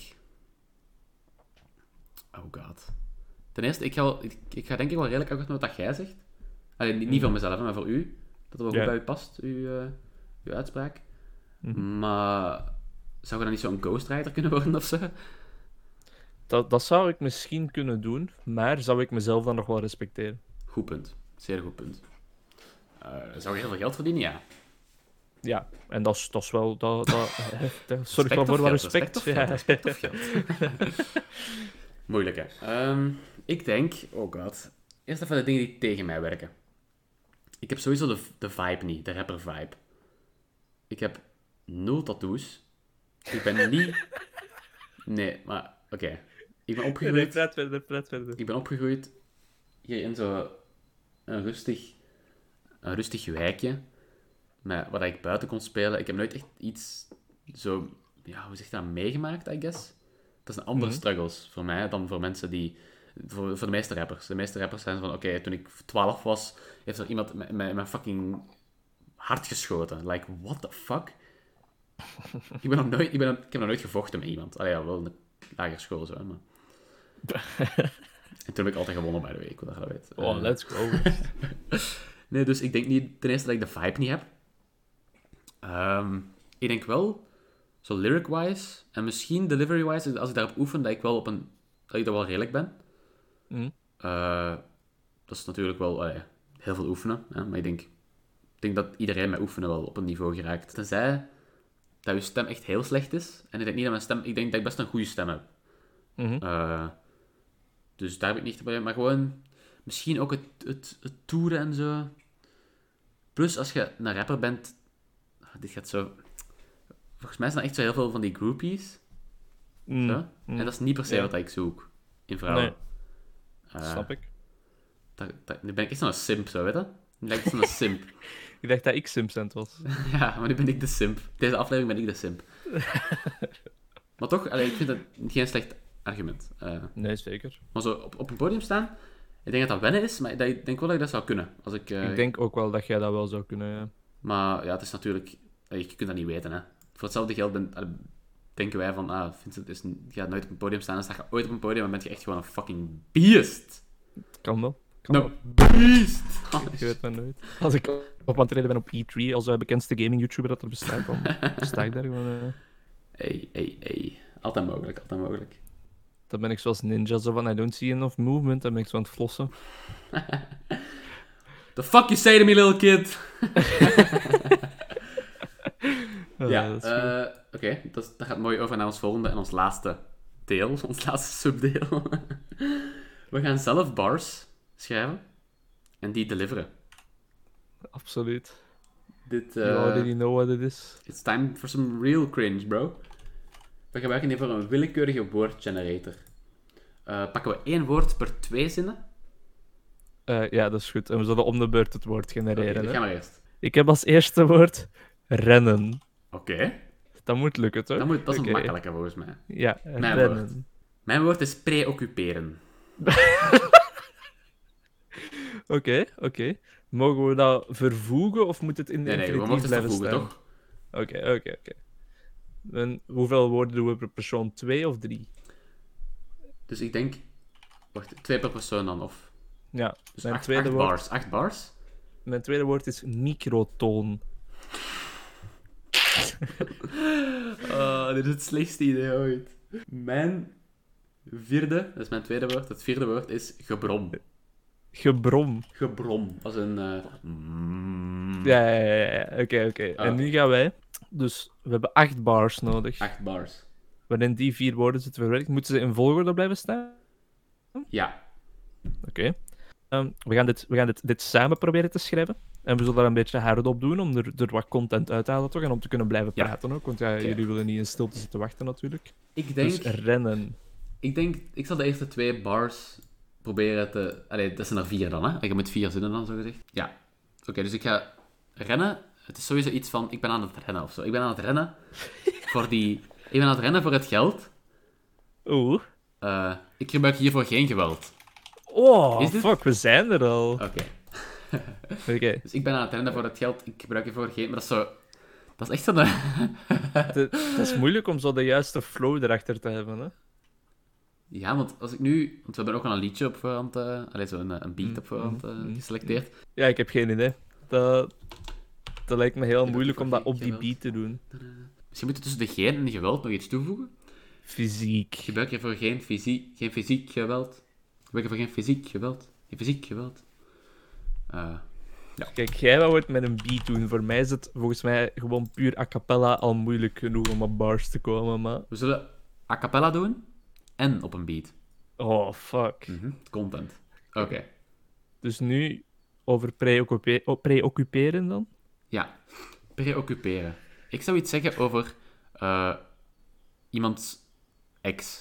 Oh god. Ten eerste, ik ga, wel, ik, ik ga denk ik wel redelijk akkoord met wat jij zegt. Allee, niet, niet voor mezelf, maar voor u. Dat het wel goed Ja. bij u past, uw, uh, uw uitspraak. Mhm. Maar zou je dan niet zo'n ghostwriter kunnen worden of zo? Dat, dat zou ik misschien kunnen doen, maar zou ik mezelf dan nog wel respecteren? Goed punt. Zeer goed punt. Uh, zou je heel veel geld verdienen? Ja. Ja, en dat is, dat is wel... Dat, dat, dat zorgt wel voor wat respect. Respect of geld? Respect of geld? Moeilijk, hè. Um, ik denk... Oh god. Eerst even de dingen die tegen mij werken. Ik heb sowieso de, de vibe niet. De rapper vibe. Ik heb nul tattoos. Ik ben niet... Nee, maar... Oké. Okay. Ik ben opgegroeid... Nee, praat verder, praat verder. Ik ben opgegroeid hier in zo een rustig... Een rustig wijkje. Met, waar ik buiten kon spelen. Ik heb nooit echt iets zo... Ja, hoe zeg je dat? Meegemaakt, I guess. Dat zijn andere Mhm. struggles voor mij dan voor mensen die... Voor, voor de meeste rappers. De meeste rappers zijn van... Oké, okay, toen ik twaalf was, heeft er iemand met mijn fucking hart geschoten. Like, what the fuck? ik, ben nog nooit, ik, ben, ik heb nog nooit gevochten met iemand. Allee, ja, wel in de lagere school zo, maar... En toen heb ik altijd gewonnen, by the way. Ik wil dat je dat weet. Oh, uh... let's go. Nee, dus ik denk niet... Ten eerste dat ik de vibe niet heb. Um, ik denk wel... Zo lyric-wise en misschien delivery-wise, als ik daarop oefen, dat ik wel op een... Dat ik daar wel redelijk ben. Mm. Uh, dat is natuurlijk wel uh, heel veel oefenen. Hè? Maar ik denk, ik denk dat iedereen met oefenen wel op een niveau geraakt. Tenzij dat je stem echt heel slecht is. En ik denk niet dat mijn stem... Ik denk dat ik best een goede stem heb. Mm-hmm. Uh, dus daar heb ik niet te probleem. Maar gewoon... Misschien ook het, het, het toeren en zo. Plus, als je een rapper bent... Dit gaat zo... Volgens mij zijn er echt zo heel veel van die groupies. Mm. Zo. Mm. En dat is niet per se ja. wat ik zoek in vrouwen. Nee. Uh, Snap ik. Dat, dat, nu ben ik echt zo'n simp, zo, weet je? Nu lijkt het zo'n simp. Ik dacht dat ik Simpsons was. Ja, maar nu ben ik de simp. Deze aflevering ben ik de simp. Maar toch, allee, ik vind dat geen slecht argument. Uh, nee, zeker. Maar zo op, op een podium staan, ik denk dat dat wennen is, maar dat, ik denk wel dat ik dat zou kunnen. Als ik, uh, ik denk ook wel dat jij dat wel zou kunnen, ja. Maar ja, het is natuurlijk... Je kunt dat niet weten, hè. Voor hetzelfde geld ben, uh, denken wij van... Ah, Vincent is, je gaat nooit op een podium staan. Dan sta je ooit op een podium en ben je echt gewoon een fucking beest. Kan wel. Kan no, wel. beest! Oh, je weet maar nooit. Als ik op aan het treden ben op E drie, als de bekendste gaming-YouTuber dat er bestaat, dan sta ik daar gewoon... Uh... Hey, hey, hey. Altijd mogelijk, altijd mogelijk. Dan ben ik zoals ninja, zo van I don't see enough movement, dan ben ik zo aan het flossen. The fuck you say to me, little kid? uh, ja, uh, oké. Okay. Dat, dat gaat mooi over naar ons volgende en ons laatste deel. Ons laatste subdeel. We gaan zelf bars schrijven en die deliveren. Absoluut. Dit, uh, you already know what it is. It's time for some real cringe, bro. We gebruiken hiervoor een willekeurige woordgenerator. Uh, pakken we één woord per twee zinnen? Uh, ja, dat is goed. En we zullen om de beurt het woord genereren. Okay, ga maar eerst. Ik heb als eerste woord rennen. Oké. Okay. Dat moet lukken, toch? Dat, moet, dat is okay. een makkelijke volgens mij. Ja, Mijn rennen. woord. Mijn woord is preoccuperen. Oké, oké. Okay. Mogen we dat vervoegen of moet het in de nee, nee, we mogen het blijven vervoegen, staan? toch? Oké, oké, oké. En hoeveel woorden doen we per persoon? Twee of drie? Dus ik denk... Wacht, twee per persoon dan, of... Ja, dus mijn acht, tweede acht woord... bars. Acht bars? Mijn tweede woord is microtoon. Oh, dit is het slechtste idee ooit. Mijn vierde, dat is mijn tweede woord, het vierde woord is gebrom. Gebrom. Gebrom, als een... Uh... Mm. Ja, ja, ja, ja. Oké, okay, oké. Okay. Ah, en okay. nu gaan wij... Dus we hebben acht bars nodig. Acht bars. Waarin die vier woorden zitten verwerkt. Moeten ze in volgorde blijven staan? Ja. Oké. Ehm, we gaan, dit, we gaan dit, dit samen proberen te schrijven. En we zullen daar een beetje hard op doen om er, er wat content uit te halen toch? En om te kunnen blijven Ja. praten ook. Want ja, Oké. jullie willen niet in stilte zitten wachten natuurlijk. Ik denk... Dus rennen. Ik denk... Ik zal de eerste twee bars proberen te... Allee, dat zijn er vier dan, hè? Je moet vier zinnen dan, zo gezegd. Ja. Oké, dus ik ga rennen. Het is sowieso iets van... Ik ben aan het rennen of zo. Ik ben aan het rennen voor die... Ik ben aan het rennen voor het geld. Oeh. Uh, ik gebruik hiervoor geen geweld. Oh, Is dit- fuck, we zijn er al. Oké. Oké. Dus ik ben aan het rennen voor het geld. Ik gebruik hiervoor geen... Maar dat is zo... Dat is echt zo'n... Het is moeilijk om zo de juiste flow erachter te hebben, hè? Ja, want als ik nu... Want we hebben ook al een liedje op voorhand... Uh... Allee, zo'n een beat op voorhand uh, Mm, mm, geselecteerd. Ja, ik heb geen idee. Dat, dat lijkt me heel heb moeilijk ook om dat geen op die geweld. beat te doen. Misschien moet je tussen de geen en de geweld nog iets toevoegen. Fysiek. Gebruik je voor geen fysiek, geen fysiek geweld. Gebruik je voor geen fysiek geweld. Geen fysiek geweld. Uh, Kijk, jij wou het met een beat doen. Voor mij is het volgens mij gewoon puur a cappella al moeilijk genoeg om op bars te komen, maar... we zullen a cappella doen. En op een beat. Oh, fuck. Mhm, Content. Oké. Dus nu over preoccupe- oh, preoccuperen dan? Ja. Preoccuperen. Ik zou iets zeggen over... Uh, iemands ex.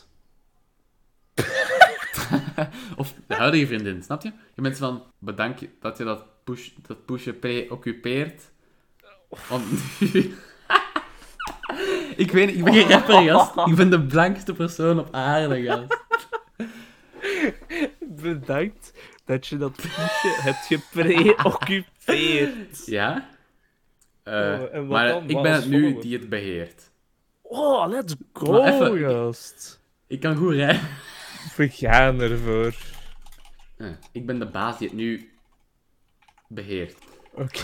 Of de huidige vriendin, snap je? Je bent van, bedankt dat je dat, push, dat pushje preoccupeert. Want ik weet niet, ik ben geen rapper, gast. Ik ben de blankste persoon op aarde, gast. Bedankt dat je dat puntje hebt gepreoccupeerd. Ja? Uh, Oh, en wat maar dan? ik Wat ben als het nu volgende? die het beheert. Oh, let's go, Maar even- gast. Ik kan goed rijden. We gaan ervoor. Uh, ik ben de baas die het nu beheert. Oké.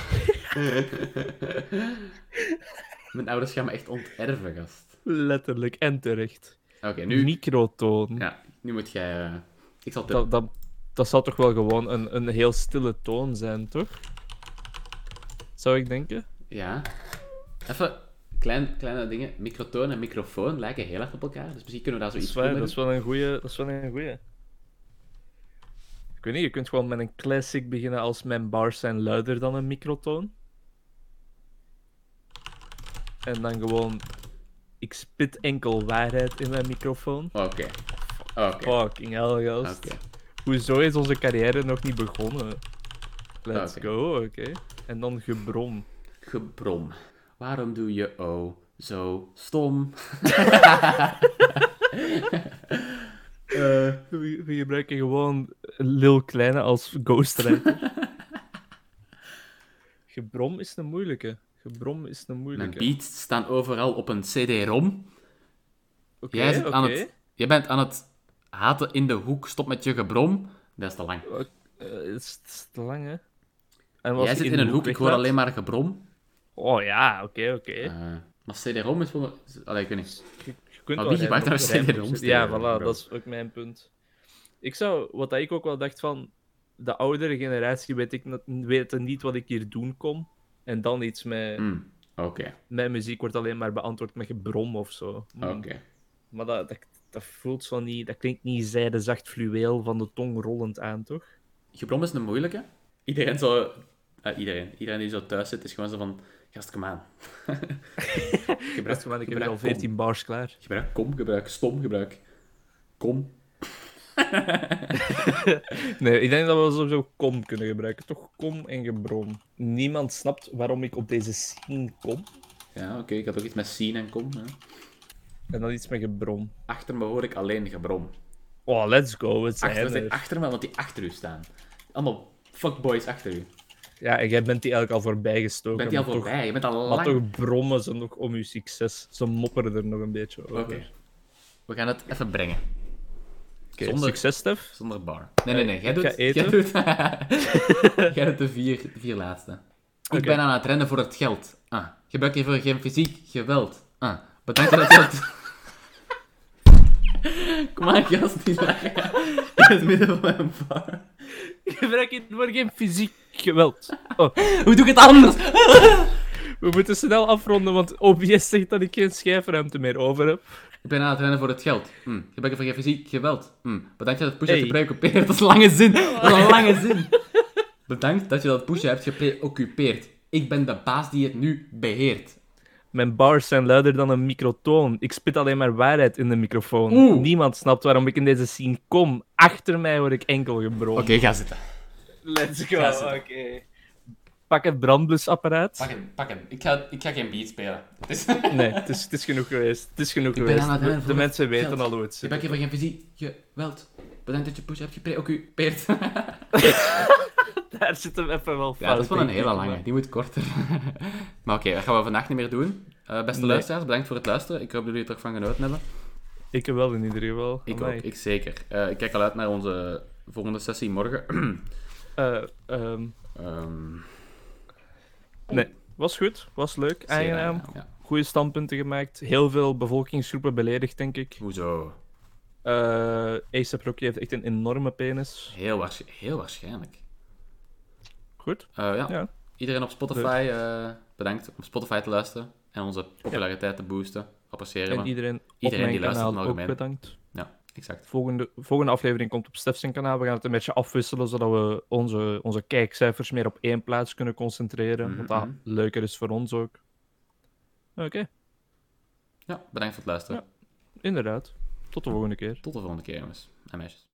Mijn ouders gaan me echt onterven, gast. Letterlijk en terecht. Oké, nu... Microtoon. Ja, nu moet jij... Uh... Ik zal het... Dat, dat, dat zal toch wel gewoon een, een heel stille toon zijn, toch? Zou ik denken? Ja. Even klein, kleine dingen. Microtoon en microfoon lijken heel erg op elkaar. Dus misschien kunnen we daar Dat zoiets is, waar, mee dat is doen. wel een goeie. Dat is wel een goeie. Ik weet niet, je kunt gewoon met een classic beginnen als mijn bars zijn luider dan een microtoon. En dan gewoon... Ik spit enkel waarheid in mijn microfoon. Oké. Oké. Fucking hell, gast. Oké. Hoezo is onze carrière nog niet begonnen? Let's Oké. go, oké. En dan gebrom. Gebrom. Waarom doe je oh zo stom? Eh, we, we gebruiken gewoon Lil Kleine als ghostwriter. Gebrom is een moeilijke. Gebrom is een Mijn moeilijke. beats staan overal op een cd-rom. Oké, Jij zit aan oké. het... Jij bent aan het haten in de hoek. Stop met je gebrom. Dat is te lang. Eh, het is het is te lang, hè. En als Jij je zit in de een hoek. Ik hoor weglaat- alleen maar gebrom. Oh ja, oké, oké. Uh, maar cd-rom is wel... Allee, ik weet niet. Je, je kunt Maar wel wie gebruikt rijmen nou op- rijmen op- C D-ROMs Ja, tegenwoordig, voilà, bro? dat is ook mijn punt. Ik zou, wat dat ik ook wel dacht van, de oudere generatie weet ik net- weten niet wat ik hier doen kom. En dan iets met, Hmm, Oké. mijn muziek wordt alleen maar beantwoord met gebrom of zo. Hmm. Oké. Maar dat, dat, dat voelt zo niet, dat klinkt niet zijdezacht fluweel van de tong rollend aan, toch? Gebrom is een moeilijke. Iedereen zo... eh, iedereen. Iedereen die zo thuis zit, is gewoon zo van... Gast, kom aan. Ik dacht van, ik heb gebruik al veertien bars klaar. Kom. Gebruik kom, gebruik stom, gebruik kom. Nee, ik denk dat we sowieso kom kunnen gebruiken. Toch kom en gebrom. Niemand snapt waarom ik op deze scene kom. Ja, oké. Ik had ook iets met zien en kom. Ja. En dan iets met gebrom. Achter me hoor ik alleen gebrom. Oh, let's go. Het Achter, zijn zeg, er. achter me, want die achter u staan. Allemaal fuckboys achter u. Ja, en jij bent die eigenlijk al voorbij gestoken. Bent die al maar toch- voorbij? Je bent al Maar lang... toch brommen ze nog om je succes. Ze mopperen er nog een beetje over. Oké. We gaan het even brengen. Oké, Zonder- succes, Stef. Zonder bar. Nee, nee, nee. Jij Ik doet... ga eten. Jij doet, jij doet de, vier, de vier laatste. Ik Oké. ben aan het rennen voor het geld. Ah. Gebruik je voor geen fysiek geweld. Ah. Bedankt voor het geld. Kom maar, gast, niet lachen. In het midden van mijn bar. Gebruik je voor geen fysiek geweld. Oh, Hoe doe ik het anders? We moeten snel afronden, want O B S zegt dat ik geen schijfruimte meer over heb. Ik ben aan het rennen voor het geld. Hm. Gebruiken voor je fysiek geweld. Hm. Bedankt dat je dat push Hey. hebt gepreoccupeerd. Dat is een lange zin. Dat is een lange zin. Bedankt dat je dat push hebt gepreoccupeerd. Ik ben de baas die het nu beheert. Mijn bars zijn luider dan een microtoon. Ik spit alleen maar waarheid in de microfoon. Oeh. Niemand snapt waarom ik in deze scene kom. Achter mij word ik enkel gebroken. Oké, ga zitten. Let's go. Ga Oké. zitten. Pak het brandblusapparaat. Pak hem, pak hem. Ik ga, ik ga geen beat spelen. Het is... Nee, het is, het is genoeg geweest. Het is genoeg Ik ben geweest. aan het rennen De, voor de het mensen weten geld. al hoe het Je zit. bent hier voor geen fysiek geweld. Bedankt dat je push hebt gepreoccupeerd. Daar zit hem even wel fout. Ja, dat is wel een denk ik, hele maar- lange. Die moet korter. Maar oké, dat gaan we vandaag niet meer doen. Uh, beste Nee. luisteraars, bedankt voor het luisteren. Ik hoop dat jullie er toch van genoten hebben. Ik wel in ieder geval. Ik Amai. ook, ik zeker. Uh, ik kijk al uit naar onze volgende sessie morgen. Eh, ehm, Ehm, nee, was goed. Was leuk. zeer Aangenaam. Ja. Goede standpunten gemaakt. Heel veel bevolkingsgroepen beledigd, denk ik. Hoezo? Eh A$AP Rocky heeft echt een enorme penis. Heel, waarsch- heel waarschijnlijk. Goed. Uh, ja. Ja. Iedereen op Spotify, uh, bedankt om Spotify te luisteren en onze populariteit te boosten. Appreciëren En we. iedereen, Iedereen op die mijn luistert in kanaal het ook algemeen. bedankt. Ja, exact. Volgende, volgende aflevering komt op Stef zijn kanaal. We gaan het een beetje afwisselen, zodat we onze, onze kijkcijfers meer op één plaats kunnen concentreren. Mhm, Wat dat mhm. leuker is voor ons ook. Oké, Ja, bedankt voor het luisteren. inderdaad. Tot de volgende keer. Tot de volgende keer, jongens en meisjes.